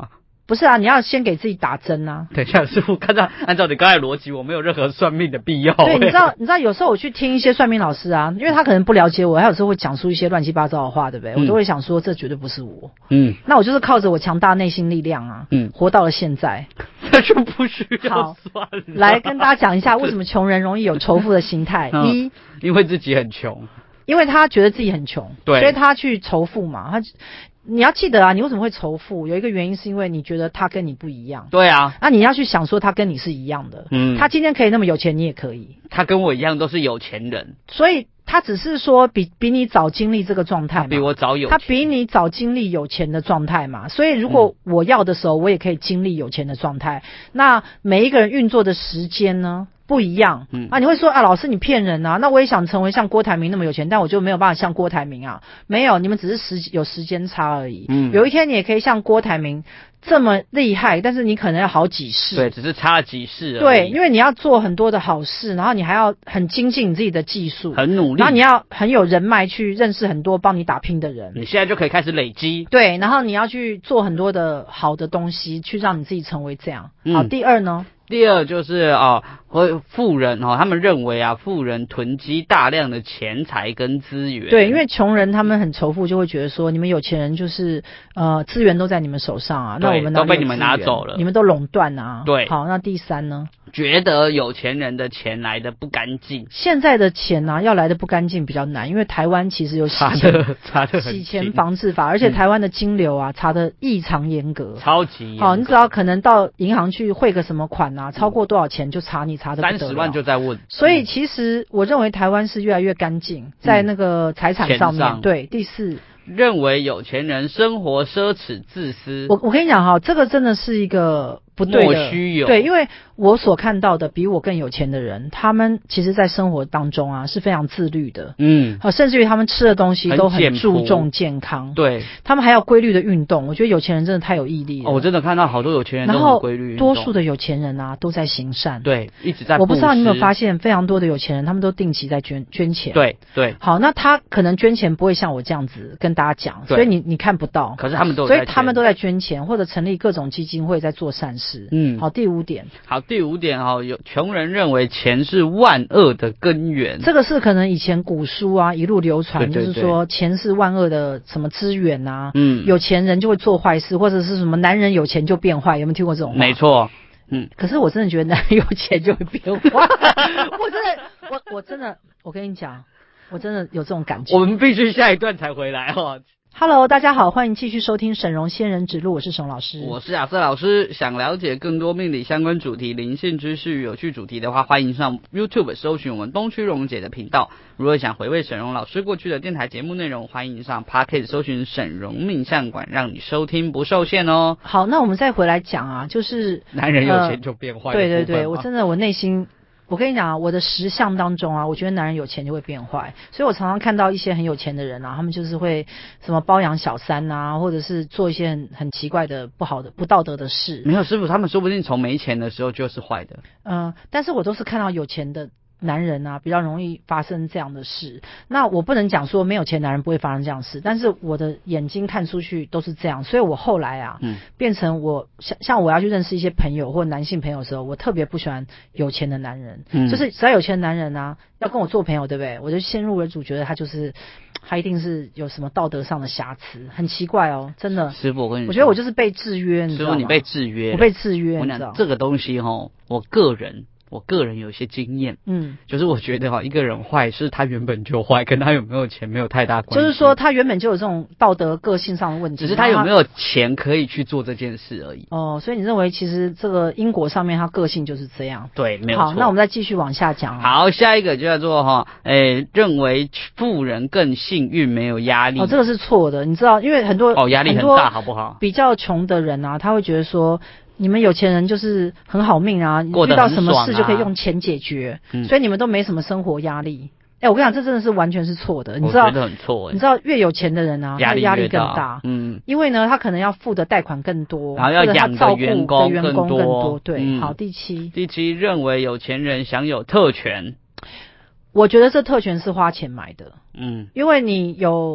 [SPEAKER 1] 不是啊，你要先给自己打针啊。
[SPEAKER 2] 等一下，师傅，按照你刚才逻辑，我没有任何算命的必要。
[SPEAKER 1] 对，你知道有时候我去听一些算命老师啊，因为他可能不了解我，他有时候会讲出一些乱七八糟的话，对不对？我都会想说，这绝对不是我。那我就是靠着我强大内心力量啊，活到了现在。
[SPEAKER 2] 那就不需要算了。
[SPEAKER 1] 来跟大家讲一下，为什么穷人容易有仇富的心态？
[SPEAKER 2] 因为自己很穷，
[SPEAKER 1] 因为他觉得自己很穷，
[SPEAKER 2] 对，
[SPEAKER 1] 所以他去仇富嘛。你要记得啊，你为什么会仇富？有一个原因是因为你觉得他跟你不一样。
[SPEAKER 2] 对啊，
[SPEAKER 1] 那你要去想说他跟你是一样的。他今天可以那么有钱，你也可以。
[SPEAKER 2] 他跟我一样都是有钱人，
[SPEAKER 1] 所以他只是说比你早经历这个状态嘛，
[SPEAKER 2] 比我早有钱，
[SPEAKER 1] 他比你早经历有钱的状态嘛。所以如果我要的时候，我也可以经历有钱的状态。那每一个人运作的时间呢？不一样。你会说啊，老师你骗人啊，那我也想成为像郭台铭那么有钱，但我就没有办法像郭台铭啊。没有，你们只是有时间差而已。有一天你也可以像郭台铭这么厉害，但是你可能要好几世。
[SPEAKER 2] 对，只是差了几世而已。
[SPEAKER 1] 对，因为你要做很多的好事，然后你还要很精进你自己的技术，
[SPEAKER 2] 很努力，
[SPEAKER 1] 然后你要很有人脉去认识很多帮你打拼的人。
[SPEAKER 2] 你现在就可以开始累积。
[SPEAKER 1] 对，然后你要去做很多的好的东西，去让你自己成为这样。好，第二呢？
[SPEAKER 2] 第二就是富人他们认为啊，富人囤积大量的钱财跟资源。
[SPEAKER 1] 对，因为穷人他们很仇富，就会觉得说，你们有钱人就是资源都在你们手上啊，那我们
[SPEAKER 2] 都被你们拿走了，
[SPEAKER 1] 你们都垄断啊。
[SPEAKER 2] 对，
[SPEAKER 1] 好，那第三呢？
[SPEAKER 2] 觉得有钱人的钱来得不干净。
[SPEAKER 1] 现在的钱啊，要来得不干净比较难，因为台湾其实有
[SPEAKER 2] 查得
[SPEAKER 1] 洗钱防治法，而且台湾的金流啊查得异常严格，
[SPEAKER 2] 超级严格。
[SPEAKER 1] 好，你只要可能到银行去汇个什么款啊，超过多少钱就查你，查得不得了，30
[SPEAKER 2] 万就在问。
[SPEAKER 1] 所以其实我认为台湾是越来越干净，在那个财产上面。对，第四。
[SPEAKER 2] 认为有钱人生活奢侈自私。
[SPEAKER 1] 我跟你讲哈，这个真的是一个不对的，
[SPEAKER 2] 莫须有。
[SPEAKER 1] 对，因为我所看到的比我更有钱的人，他们其实在生活当中啊是非常自律的。甚至于他们吃的东西都很注重健康。
[SPEAKER 2] 对，
[SPEAKER 1] 他们还有规律的运动。我觉得有钱人真的太有毅力了。
[SPEAKER 2] 我真的看到好多有钱人都很规律运动。
[SPEAKER 1] 然后多数的有钱人啊都在行善。
[SPEAKER 2] 对，一直在布施。
[SPEAKER 1] 我不知道你有没有发现，非常多的有钱人他们都定期在捐钱。
[SPEAKER 2] 对。
[SPEAKER 1] 好，那他可能捐钱不会像我这样子跟大家讲，所以你看不到。
[SPEAKER 2] 可是他们都有
[SPEAKER 1] 所以他们都在捐钱，或者成立各种基金会在做善事。好，第五点。
[SPEAKER 2] 好，第五点有穷人认为钱是万恶的根源。
[SPEAKER 1] 这个是可能以前古书啊一路流传，
[SPEAKER 2] 对
[SPEAKER 1] 就是说钱是万恶的什么资源啊。有钱人就会做坏事，或者是什么男人有钱就变坏，有没有听过这种话？
[SPEAKER 2] 没错。
[SPEAKER 1] 可是我真的觉得男人有钱就会变坏。我真的，我跟你讲，我真的有这种感觉。
[SPEAKER 2] 我们必须下一段才回来
[SPEAKER 1] Hello， 大家好，欢迎继续收听沈荣仙人指路，我是沈老师，
[SPEAKER 2] 我是亚瑟老师。想了解更多命理相关主题、灵性知识与有趣主题的话，欢迎上 YouTube 搜寻我们东区荣姐的频道。如果想回味沈荣老师过去的电台节目内容，欢迎上 Podcast 搜寻沈荣命相馆，让你收听不受限哦。
[SPEAKER 1] 好，那我们再回来讲啊，就是
[SPEAKER 2] 男人有钱就变坏。
[SPEAKER 1] 对，我真的我内心。我跟你讲啊，我的10项当中啊，我觉得男人有钱就会变坏，所以我常常看到一些很有钱的人啊，他们就是会什么包养小三啊，或者是做一些很奇怪的、不好的、不道德的事。
[SPEAKER 2] 没有师傅，他们说不定从没钱的时候就是坏的。
[SPEAKER 1] 但是我都是看到有钱的男人啊比较容易发生这样的事。那我不能讲说没有钱男人不会发生这样的事，但是我的眼睛看出去都是这样，所以我后来啊变成我像我要去认识一些朋友或男性朋友的时候，我特别不喜欢有钱的男人。就是只要有钱的男人啊要跟我做朋友，对不对？我就先入为主觉得他一定是有什么道德上的瑕疵，很奇怪哦，真的。
[SPEAKER 2] 师傅，我跟你说，
[SPEAKER 1] 我觉得我就是被制约，你知道吗？
[SPEAKER 2] 师傅，你被制约了。
[SPEAKER 1] 我被制约，
[SPEAKER 2] 我讲这个东西我个人有一些经验，就是我觉得一个人坏是他原本就坏，跟他有没有钱没有太大关系。
[SPEAKER 1] 就是说他原本就有这种道德个性上的问题，
[SPEAKER 2] 只是他有没有钱可以去做这件事而已。
[SPEAKER 1] 所以你认为其实这个因果上面他个性就是这样。
[SPEAKER 2] 对，没有错。
[SPEAKER 1] 好，那我们再继续往下讲。
[SPEAKER 2] 好，下一个就叫做认为富人更幸运，没有压力。
[SPEAKER 1] 这个是错的，你知道，因为很多
[SPEAKER 2] 压力很大，好不好？
[SPEAKER 1] 比较穷的人啊，他会觉得说。你们有钱人就是很好命啊，
[SPEAKER 2] 遇
[SPEAKER 1] 到什么事就可以用钱解决，所以你们都没什么生活压力。我跟你讲，这真的是完全是错的，你知道？
[SPEAKER 2] 我觉得很错。
[SPEAKER 1] 你知道越有钱的人啊，他的压力更大。因为呢，他可能要付的贷款更多，
[SPEAKER 2] 然后要养的员工更多。
[SPEAKER 1] 对，好，第七
[SPEAKER 2] 认为有钱人享有特权。
[SPEAKER 1] 我觉得这特权是花钱买的。因为你有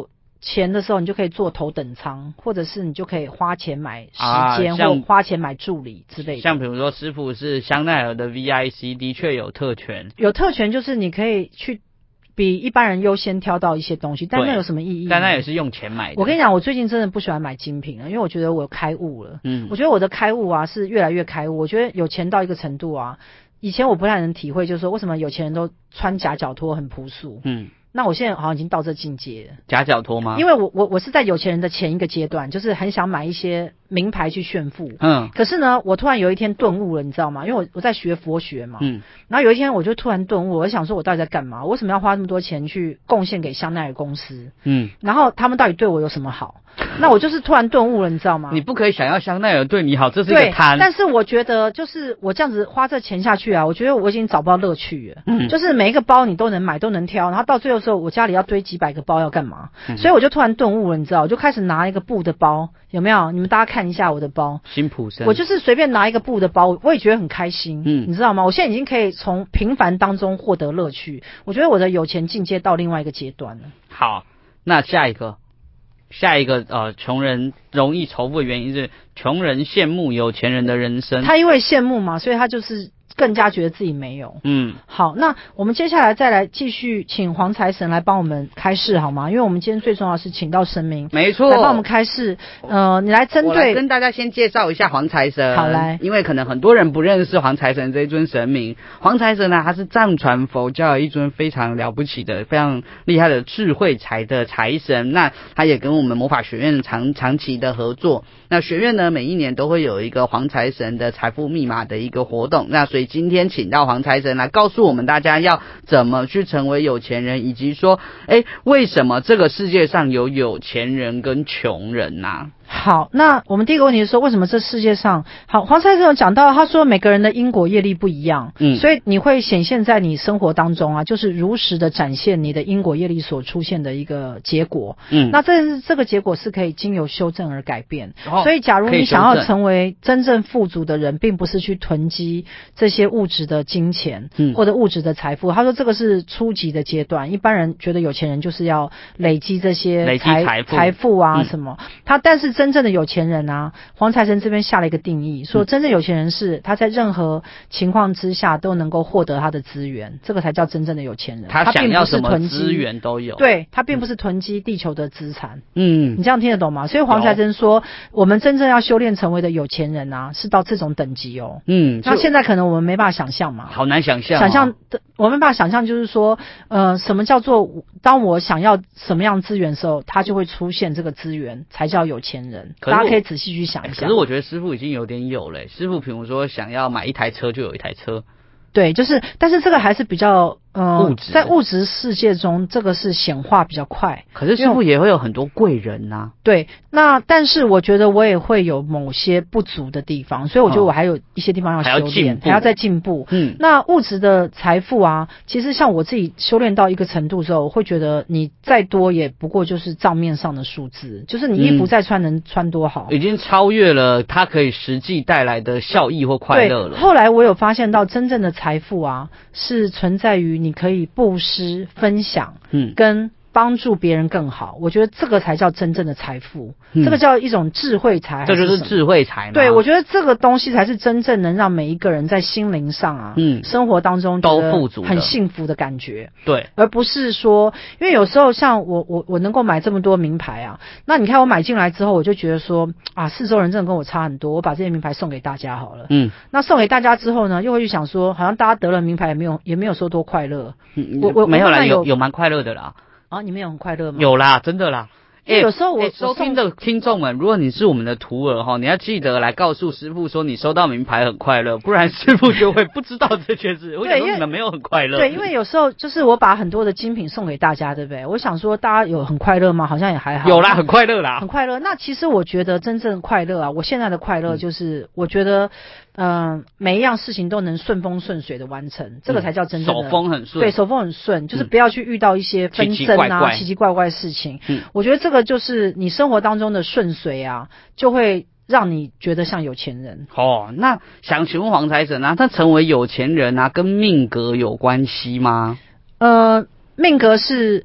[SPEAKER 1] 钱的时候，你就可以坐头等舱，或者是你就可以花钱买时间，或花钱买助理之类的。
[SPEAKER 2] 像比如说师傅是香奈儿的 VIC， 的确有特权。
[SPEAKER 1] 有特权就是你可以去比一般人优先挑到一些东西，但那有什么意义？
[SPEAKER 2] 但那也是用钱买的。
[SPEAKER 1] 我跟你讲，我最近真的不喜欢买精品了，因为我觉得我开悟了。我觉得我的开悟啊是越来越开悟。我觉得有钱到一个程度啊，以前我不太能体会，就是说为什么有钱人都穿夹脚拖很朴素。那我现在好像已经到这境界了。
[SPEAKER 2] 夹脚拖吗？
[SPEAKER 1] 因为我是在有钱人的前一个阶段，就是很想买一些名牌去炫富。可是呢，我突然有一天顿悟了，你知道吗？因为我在学佛学嘛。然后有一天我就突然顿悟，我想说我到底在干嘛？我为什么要花那么多钱去贡献给香奈儿公司？然后他们到底对我有什么好？那我就是突然顿悟了，你知道吗？
[SPEAKER 2] 你不可以想要香奈儿对你好，这是一个贪。
[SPEAKER 1] 但是我觉得就是我这样子花这钱下去啊，我觉得我已经找不到乐趣了。就是每一个包你都能买，都能挑，然后到最后的时候，我家里要堆几百个包要干嘛？所以我就突然顿悟了，你知道，我就开始拿一个布的包，有没有？你们大家看一下我的包，
[SPEAKER 2] 辛普森。
[SPEAKER 1] 我就是随便拿一个布的包，我也觉得很开心。你知道吗？我现在已经可以从平凡当中获得乐趣。我觉得我的有钱境界到另外一个阶段了。
[SPEAKER 2] 好，那下一个穷人容易仇富的原因是穷人羡慕有钱人的人生。
[SPEAKER 1] 他因为羡慕嘛，所以他就是更加觉得自己没有。好，那我们接下来再来继续请黄财神来帮我们开示好吗？因为我们今天最重要的是请到神明，
[SPEAKER 2] 没错，
[SPEAKER 1] 来帮我们开示。你来针对，
[SPEAKER 2] 我来跟大家先介绍一下黄财神。
[SPEAKER 1] 好，来，
[SPEAKER 2] 因为可能很多人不认识黄财神这一尊神明。黄财神呢，他是藏传佛教一尊非常了不起的、非常厉害的智慧财的财神。那他也跟我们魔法学院长期的合作。那学院呢，每一年都会有一个黄财神的财富密码的一个活动。那所以今天请到黄财神来告诉我们大家要怎么去成为有钱人，以及说，为什么这个世界上有有钱人跟穷人啊？
[SPEAKER 1] 好，那我们第一个问题是说，为什么这世界上，好，黄财神有讲到，他说每个人的因果业力不一样，所以你会显现在你生活当中啊，就是如实的展现你的因果业力所出现的一个结果。那这个结果是可以经由修正而改变。所以假如你想要成为真正富足的人，并不是去囤积这些物质的金钱，或者物质的财富。他说这个是初级的阶段，一般人觉得有钱人就是要累积这些财富啊什么，但是真正的有钱人啊，黄财神这边下了一个定义，说真正有钱人是他在任何情况之下都能够获得他的资源，这个才叫真正的有钱人。
[SPEAKER 2] 他想要什么资源都有，
[SPEAKER 1] 对，他并不是囤积地球的资产。你这样听得懂吗？所以黄财神说，我们真正要修炼成为的有钱人啊，是到这种等级哦。那现在可能我们没办法想象嘛，
[SPEAKER 2] 好难想象，
[SPEAKER 1] 我没办法想象，就是说，什么叫做当我想要什么样资源的时候，他就会出现这个资源，才叫有钱人。大家可以仔细去想一下。
[SPEAKER 2] 可是我觉得师傅已经有点有了，师傅比如说想要买一台车就有一台车。
[SPEAKER 1] 对，就是，但是这个还是比较
[SPEAKER 2] 物质，
[SPEAKER 1] 在物质世界中，这个是显化比较快。
[SPEAKER 2] 可是师傅也会有很多贵人啊。
[SPEAKER 1] 对，那但是我觉得我也会有某些不足的地方，所以我觉得我还有一些地方要修炼，还要再进步。那物质的财富啊，其实像我自己修炼到一个程度之后，我会觉得你再多也不过就是账面上的数字，就是你衣服再穿能穿多好，
[SPEAKER 2] 已经超越了它可以实际带来的效益或快乐了。
[SPEAKER 1] 对，后来我有发现到真正的财富啊，是存在于你可以布施、分享，跟帮助别人更好。我觉得这个才叫真正的财富，这个叫一种智慧财。
[SPEAKER 2] 这就是智慧财嘛。
[SPEAKER 1] 对，我觉得这个东西才是真正能让每一个人在心灵上啊，生活当中
[SPEAKER 2] 都富足，
[SPEAKER 1] 很幸福的感觉。
[SPEAKER 2] 对，
[SPEAKER 1] 而不是说，因为有时候像我能够买这么多名牌啊，那你看我买进来之后，我就觉得说啊，四周人真的跟我差很多，我把这些名牌送给大家好了。那送给大家之后呢，又会去想说，好像大家得了名牌也没有说多快乐。
[SPEAKER 2] 我没有啦，有蛮快乐的啦。
[SPEAKER 1] 啊，你们有很快乐吗？
[SPEAKER 2] 有啦，真的啦。
[SPEAKER 1] 有时候我
[SPEAKER 2] 收听的听众们，如果你是我们的徒儿哈，你要记得来告诉师父说你收到名牌很快乐，不然师父就会不知道这件事。我想说你们没有很快乐。
[SPEAKER 1] 对，因为有时候就是我把很多的精品送给大家，对不对？我想说大家有很快乐吗？好像也还好。
[SPEAKER 2] 有啦，很快乐啦，
[SPEAKER 1] 很快乐。那其实我觉得真正快乐啊，我现在的快乐就是，我觉得每一样事情都能顺风顺水的完成，这个才叫真正的
[SPEAKER 2] 手风很顺。
[SPEAKER 1] 对，手风很顺，就是不要去遇到一些纷争啊、奇奇怪怪的事情。我觉得这个就是你生活当中的顺遂啊，就会让你觉得像有钱人。
[SPEAKER 2] 那想请问黄财神啊，他成为有钱人啊，跟命格有关系吗？
[SPEAKER 1] 命格是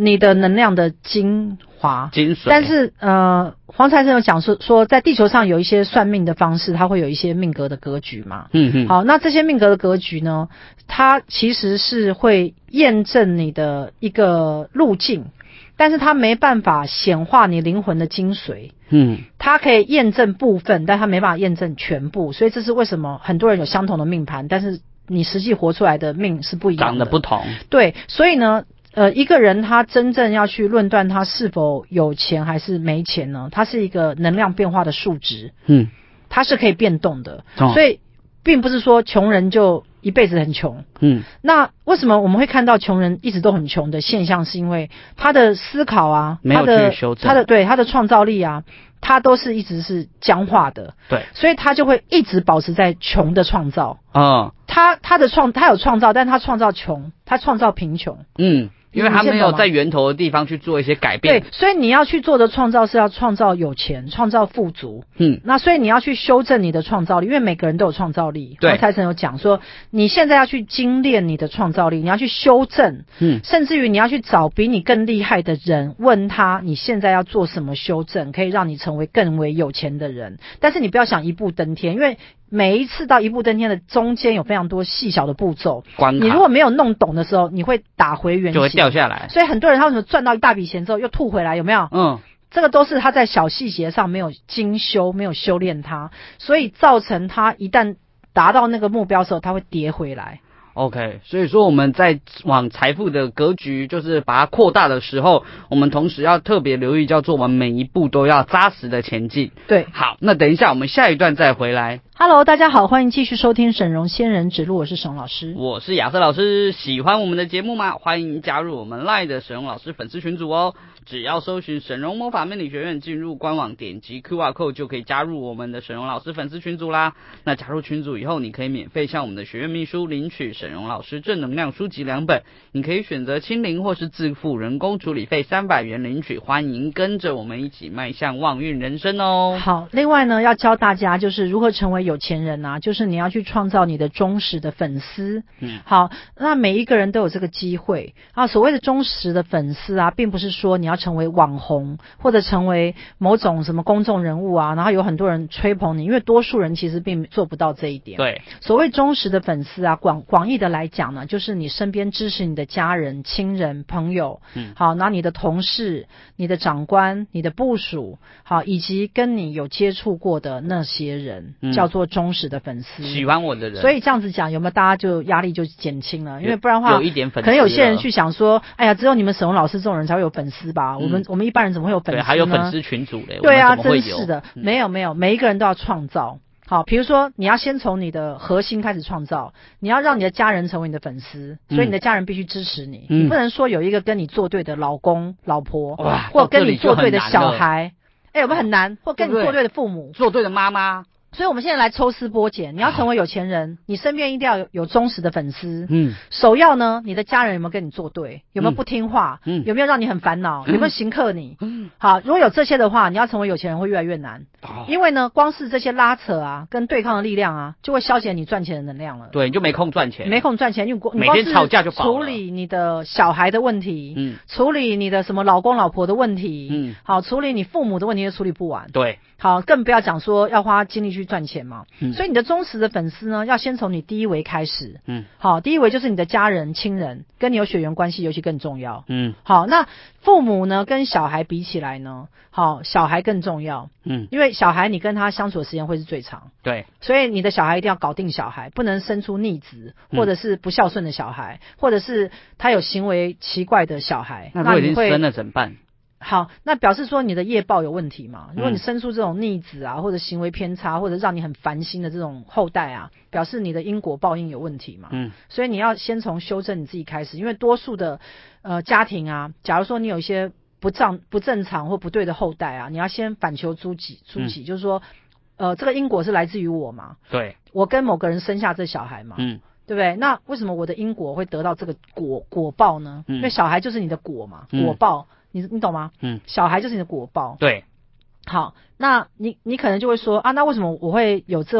[SPEAKER 1] 你的能量的精
[SPEAKER 2] 髓。
[SPEAKER 1] 但是黄财神有讲说在地球上有一些算命的方式，它会有一些命格的格局嘛。好，那这些命格的格局呢，它其实是会验证你的一个路径，但是它没办法显化你灵魂的精髓。它可以验证部分，但它没办法验证全部，所以这是为什么很多人有相同的命盘，但是你实际活出来的命是不一样的，
[SPEAKER 2] 长得不同。
[SPEAKER 1] 对，所以呢一个人他真正要去论断他是否有钱还是没钱呢，它是一个能量变化的数值。它是可以变动的。所以并不是说穷人就一辈子很穷。那为什么我们会看到穷人一直都很穷的现象，是因为他的思考啊，
[SPEAKER 2] 没有去修正，
[SPEAKER 1] 他的创造力啊，他都是一直是僵化的。
[SPEAKER 2] 对，
[SPEAKER 1] 所以他就会一直保持在穷的创造。他有创造，但他创造穷，他创造贫穷。
[SPEAKER 2] 因为他没有在源头的地方去做一些改变。
[SPEAKER 1] 对，所以你要去做的创造是要创造有钱，创造富足。那所以你要去修正你的创造力，因为每个人都有创造力。对，财神有讲说，你现在要去精炼你的创造力，你要去修正。甚至于你要去找比你更厉害的人，问他你现在要做什么修正，可以让你成为更为有钱的人。但是你不要想一步登天，因为每一次到一步登天的中间有非常多细小的步骤，你如果没有弄懂的时候，你会打回原形，
[SPEAKER 2] 就会掉下来。
[SPEAKER 1] 所以很多人他为什么赚到一大笔钱之后又吐回来，有没有？这个都是他在小细节上没有精修，没有修炼它，所以造成他一旦达到那个目标的时候，他会跌回来。
[SPEAKER 2] OK， 所以说我们在往财富的格局就是把它扩大的时候，我们同时要特别留意，叫做我们每一步都要扎实的前进。
[SPEAKER 1] 对，
[SPEAKER 2] 好，那等一下我们下一段再回来。
[SPEAKER 1] Hello， 大家好，欢迎继续收听沈荣仙人指路，我是沈荣老师，
[SPEAKER 2] 我是亚瑟老师。喜欢我们的节目吗？欢迎加入我们 LINE 的沈荣老师粉丝群组哦。只要搜寻沈荣魔法命理学院，进入官网点击 QR Code 就可以加入我们的沈荣老师粉丝群组啦。那加入群组以后，你可以免费向我们的学院秘书领取沈荣老师正能量书籍2本，你可以选择亲临或是自付人工处理费300元领取。欢迎跟着我们一起迈向旺运人生哦。
[SPEAKER 1] 好，另外呢，要教大家就是如何成为有钱人啊，就是你要去创造你的忠实的粉丝。好，那每一个人都有这个机会啊。所谓的忠实的粉丝啊，并不是说你要成为网红或者成为某种什么公众人物啊，然后有很多人吹捧你，因为多数人其实并做不到这一点。
[SPEAKER 2] 对，
[SPEAKER 1] 所谓忠实的粉丝啊，广义的来讲呢，就是你身边支持你的家人、亲人、朋友。好，那你的同事、你的长官、你的部属，好，以及跟你有接触过的那些人，叫做忠实的粉丝，
[SPEAKER 2] 喜欢我的人。
[SPEAKER 1] 所以这样子讲，有没有大家就压力就减轻了？因为不然的话，
[SPEAKER 2] 有一点粉丝，
[SPEAKER 1] 可能有些人去想说，哎呀，只有你们沈荣老师这种人才会有粉丝吧？我们一般人怎么会有粉丝呢？
[SPEAKER 2] 对，还有粉丝群组嘞。
[SPEAKER 1] 对啊，真是的，没有，每一个人都要创造。好，比如说你要先从你的核心开始创造，你要让你的家人成为你的粉丝，所以你的家人必须支持你。你不能说有一个跟你作对的老公、老婆，或跟你作对的小孩，有没有很难？或跟你作对的父母，
[SPEAKER 2] 作对的妈妈。
[SPEAKER 1] 所以我们现在来抽丝剥茧，你要成为有钱人，你身边一定要有忠实的粉丝。首要呢，你的家人有没有跟你作对？有没有不听话？有没有让你很烦恼？有没有刑克你？好，如果有这些的话，你要成为有钱人会越来越难。因为呢，光是这些拉扯啊，跟对抗的力量啊，就会消减你赚钱的能量了。
[SPEAKER 2] 对，你就没空赚钱。
[SPEAKER 1] 没空赚钱，因为
[SPEAKER 2] 每天吵架就饱了。
[SPEAKER 1] 处理你的小孩的问题，处理你的什么老公老婆的问题，好，处理你父母的问题也处理不完。
[SPEAKER 2] 对。
[SPEAKER 1] 好，更不要讲说要花精力去赚钱嘛。所以你的忠实的粉丝呢，要先从你第一维开始。好，第一维就是你的家人、亲人，跟你有血缘关系尤其更重要。好，那父母呢跟小孩比起来呢，好，小孩更重要。因为小孩你跟他相处的时间会是最长。
[SPEAKER 2] 对，
[SPEAKER 1] 所以你的小孩一定要搞定小孩，不能生出逆子，或者是不孝顺的小孩，或者是他有行为奇怪的小孩。
[SPEAKER 2] 那如果已经生了怎么办？
[SPEAKER 1] 好，那表示说你的业报有问题嘛？如果你生出这种逆子啊，或者行为偏差，或者让你很烦心的这种后代啊，表示你的因果报应有问题嘛？所以你要先从修正你自己开始，因为多数的家庭啊，假如说你有一些不正常或不对的后代啊，你要先反求诸己，就是说这个因果是来自于我嘛？
[SPEAKER 2] 对，
[SPEAKER 1] 我跟某个人生下这小孩嘛？对不对？那为什么我的因果会得到这个果报呢？因为小孩就是你的果嘛，果报。你懂吗？小孩就是你的果报。
[SPEAKER 2] 对。
[SPEAKER 1] 好，那你可能就会说啊，那为什么我会有这种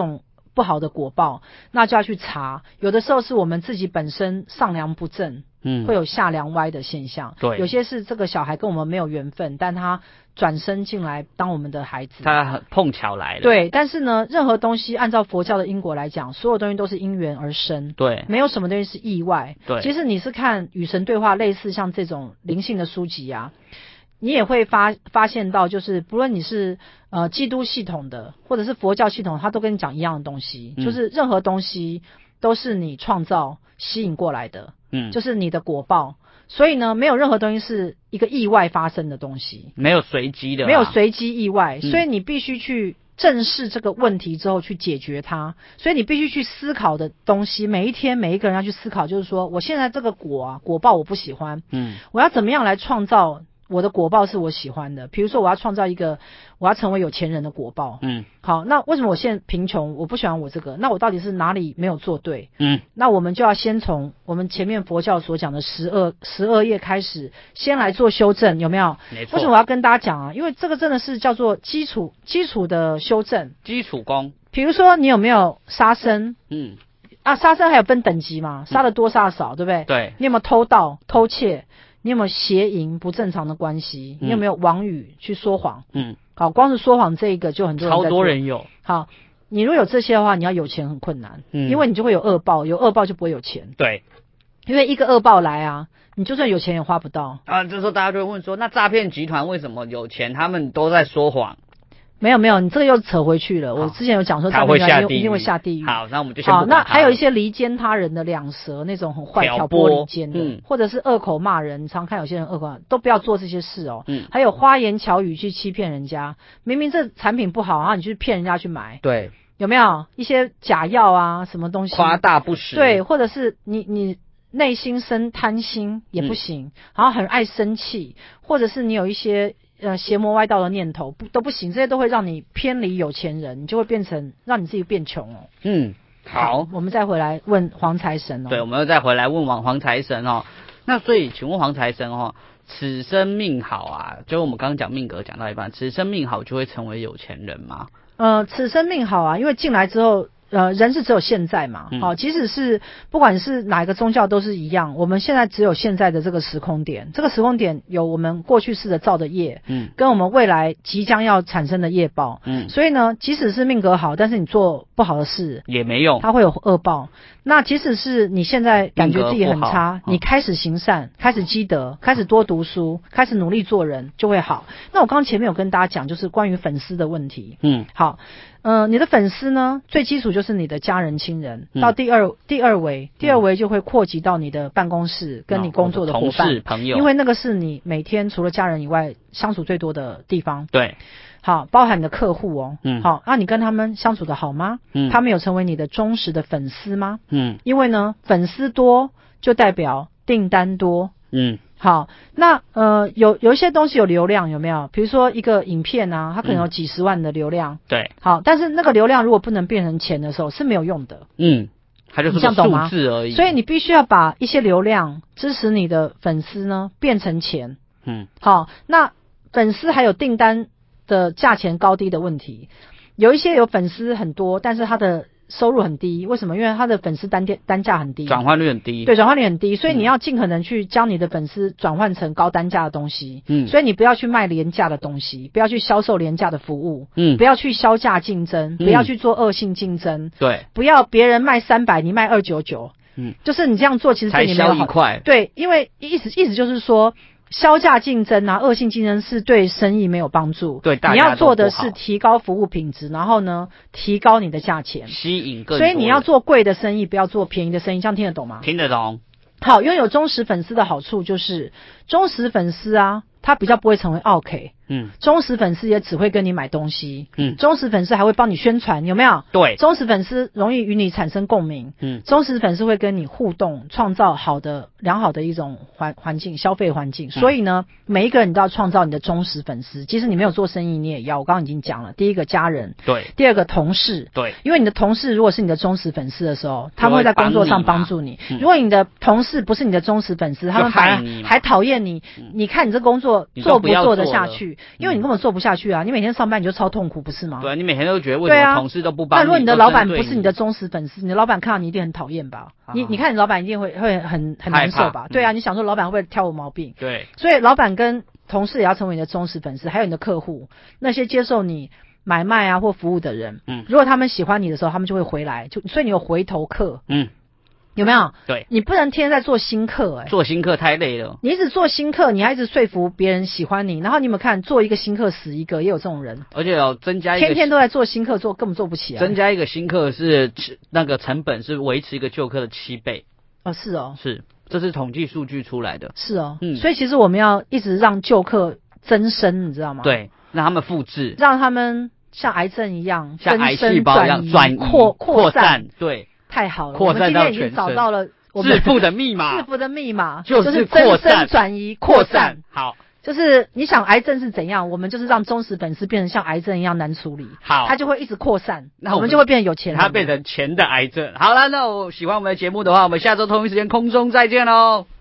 [SPEAKER 1] 不好的果报，那就要去查。有的时候是我们自己本身上梁不正，会有下梁歪的现象。
[SPEAKER 2] 对，
[SPEAKER 1] 有些是这个小孩跟我们没有缘分，但他转生进来当我们的孩子，
[SPEAKER 2] 他很碰巧来了。
[SPEAKER 1] 对，但是呢，任何东西按照佛教的因果来讲，所有东西都是因缘而生。
[SPEAKER 2] 对，
[SPEAKER 1] 没有什么东西是意外。
[SPEAKER 2] 对，
[SPEAKER 1] 其实你是看与神对话，类似像这种灵性的书籍啊，你也会发现到，就是不论你是基督系统的，或者是佛教系统，他都跟你讲一样的东西，就是任何东西都是你创造吸引过来的，就是你的果报。所以呢，没有任何东西是一个意外发生的东西，
[SPEAKER 2] 没有随机的，
[SPEAKER 1] 没有随机意外，所以你必须去正视这个问题之后去解决它。所以你必须去思考的东西，每一天每一个人要去思考，就是说我现在这个果报我不喜欢，我要怎么样来创造我的果报是我喜欢的。比如说我要创造一个我要成为有钱人的果报，好，那为什么我现在贫穷，我不喜欢我这个，那我到底是哪里没有做对？那我们就要先从我们前面佛教所讲的12页开始，先来做修正，有没有？
[SPEAKER 2] 没错。
[SPEAKER 1] 为什么我要跟大家讲啊？因为这个真的是叫做基础的修正，
[SPEAKER 2] 基础功。
[SPEAKER 1] 比如说你有没有杀生？杀生还有分等级嘛，杀得多杀得少，对不对？
[SPEAKER 2] 对。
[SPEAKER 1] 你有没有偷盗偷窃？你有没有邪淫不正常的关系？你有没有妄语去说谎？好，光是说谎这一个就很多人在做，
[SPEAKER 2] 超多人有。
[SPEAKER 1] 好，你如果有这些的话，你要有钱很困难，因为你就会有恶报，有恶报就不会有钱。
[SPEAKER 2] 对，
[SPEAKER 1] 因为一个恶报来啊，你就算有钱也花不到
[SPEAKER 2] 啊。这时候大家就会问说，那诈骗集团为什么有钱，他们都在说谎？
[SPEAKER 1] 没有，你这个又扯回去了。我之前有讲说，诈骗集团一定会下地狱。
[SPEAKER 2] 好，那我们就先不管它。
[SPEAKER 1] 好，那还有一些离间他人的两舌，那种很坏挑拨离间的，或者是恶口骂人。常看有些人恶口，都不要做这些事哦。还有花言巧语去欺骗人家，明明这产品不好，然后你去骗人家去买。
[SPEAKER 2] 对，
[SPEAKER 1] 有没有一些假药啊，什么东西
[SPEAKER 2] 夸大不实？
[SPEAKER 1] 对，或者是你内心生贪心也不行，然后很爱生气，或者是你有一些邪魔歪道的念头都不行，这些都会让你偏离有钱人，你就会变成让你自己变穷哦。
[SPEAKER 2] 好，
[SPEAKER 1] 我们再回来问黄财神哦。
[SPEAKER 2] 对，我们又再回来问黄财神哦。那所以，请问黄财神哦，此生命好啊，就我们刚刚讲命格讲到一半，此生命好就会成为有钱人吗？
[SPEAKER 1] 此生命好啊，因为进来之后。人是只有现在嘛，即使是不管是哪一个宗教都是一样，我们现在只有现在的这个时空点，这个时空点有我们过去世的造的业，跟我们未来即将要产生的业报，所以呢，即使是命格好，但是你做不好的事
[SPEAKER 2] 也没用，
[SPEAKER 1] 它会有恶报。那即使是你现在感觉自己很差，你开始行善，开始积德，开始多读书，开始努力做人，就会好。那我刚刚前面有跟大家讲，就是关于粉丝的问题，好。你的粉丝呢，最基础就是你的家人亲人，到第二维就会扩及到你的办公室跟你工作的伙伴、
[SPEAKER 2] 同事、朋友，
[SPEAKER 1] 因为那个是你每天除了家人以外相处最多的地方。
[SPEAKER 2] 对，
[SPEAKER 1] 好，包含你的客户哦，好，那你跟他们相处的好吗？他们有成为你的忠实的粉丝吗？因为呢，粉丝多就代表订单多。好，那有一些东西有流量，有没有？比如说一个影片啊，它可能有几十万的流量。
[SPEAKER 2] 对。
[SPEAKER 1] 好，但是那个流量如果不能变成钱的时候是没有用的。
[SPEAKER 2] 它就是个数字而已。
[SPEAKER 1] 所以你必须要把一些流量支持你的粉丝呢变成钱。好，那粉丝还有订单的价钱高低的问题。有一些有粉丝很多，但是他的收入很低，为什么？因为他的粉丝单价很低，
[SPEAKER 2] 转换率很低。对，
[SPEAKER 1] 转换率很低，所以你要尽可能去将你的粉丝转换成高单价的东西。所以你不要去卖廉价的东西，不要去销售廉价的服务。不要去销价竞争，不要去做恶性竞争。
[SPEAKER 2] 对，
[SPEAKER 1] 不要别人卖300，你卖299。就是你这样做，其实对你没有好。
[SPEAKER 2] 才销1块。
[SPEAKER 1] 对，因为意思就是说。销价竞争啊，恶性竞争是对生意没有帮助。
[SPEAKER 2] 对，
[SPEAKER 1] 你要做的是提高服务品质，然后呢，提高你的价钱，
[SPEAKER 2] 吸引更多。
[SPEAKER 1] 所以你要做贵的生意，不要做便宜的生意，这样听得懂吗？
[SPEAKER 2] 听得懂。
[SPEAKER 1] 好，拥有忠实粉丝的好处就是，忠实粉丝啊，他比较不会成为OK。忠实粉丝也只会跟你买东西。忠实粉丝还会帮你宣传，有没有？
[SPEAKER 2] 对。
[SPEAKER 1] 忠实粉丝容易与你产生共鸣。忠实粉丝会跟你互动，创造良好的一种环境，消费环境。所以呢，每一个人都要创造你的忠实粉丝。即使你没有做生意，你也要。我刚刚已经讲了，第一个家人，
[SPEAKER 2] 对。
[SPEAKER 1] 第二个同事，
[SPEAKER 2] 对。
[SPEAKER 1] 因为你的同事如果是你的忠实粉丝的时候，他们会在工作上帮助你。如果你的同事不是你的忠实粉丝，他们反而还讨厌你。你看你这工作做不做得下去？ 因为你根本做不下去啊，你每天上班你就超痛苦，不是吗？
[SPEAKER 2] 对，你每天都觉得为什么同事都不帮你。
[SPEAKER 1] 那如果你的老板不是你的忠实粉丝，你的老板看到你一定很讨厌吧？你看你老板一定会很难受吧？对啊，你想说老板会不会挑我毛病？
[SPEAKER 2] 对，
[SPEAKER 1] 所以老板跟同事也要成为你的忠实粉丝，还有你的客户，那些接受你买卖啊或服务的人，如果他们喜欢你的时候，他们就会回来，所以你有回头客，有没有？
[SPEAKER 2] 对，
[SPEAKER 1] 你不能天天在做新客，
[SPEAKER 2] 做新客太累了。
[SPEAKER 1] 你一直做新客，你还一直说服别人喜欢你，然后你有没有看做一个新客死一个，也有这种人。
[SPEAKER 2] 而且增加一个
[SPEAKER 1] 天天都在做新客，根本做不起啊。
[SPEAKER 2] 增加一个新客是那个成本是维持一个旧客的7倍。
[SPEAKER 1] 哦，是哦，
[SPEAKER 2] 是，这是统计数据出来的。
[SPEAKER 1] 是哦，所以其实我们要一直让旧客增生，你知道吗？
[SPEAKER 2] 对，让他们复制，
[SPEAKER 1] 让他们像癌症一样，
[SPEAKER 2] 像癌细胞一样转移扩散。对，
[SPEAKER 1] 太好了，
[SPEAKER 2] 扩散到全身。
[SPEAKER 1] 我们今天已经找到了
[SPEAKER 2] 致富的密码。
[SPEAKER 1] 致富的密码
[SPEAKER 2] 就是
[SPEAKER 1] 增生转移扩散。
[SPEAKER 2] 好。
[SPEAKER 1] 就是你想癌症是怎样，我们就是让忠实粉丝变成像癌症一样难处理，好，它就会一直扩散，那我们就会变成有钱人，
[SPEAKER 2] 它变成钱的癌症。好了，那我喜欢我们的节目的话，我们下周同一时间空中再见喽。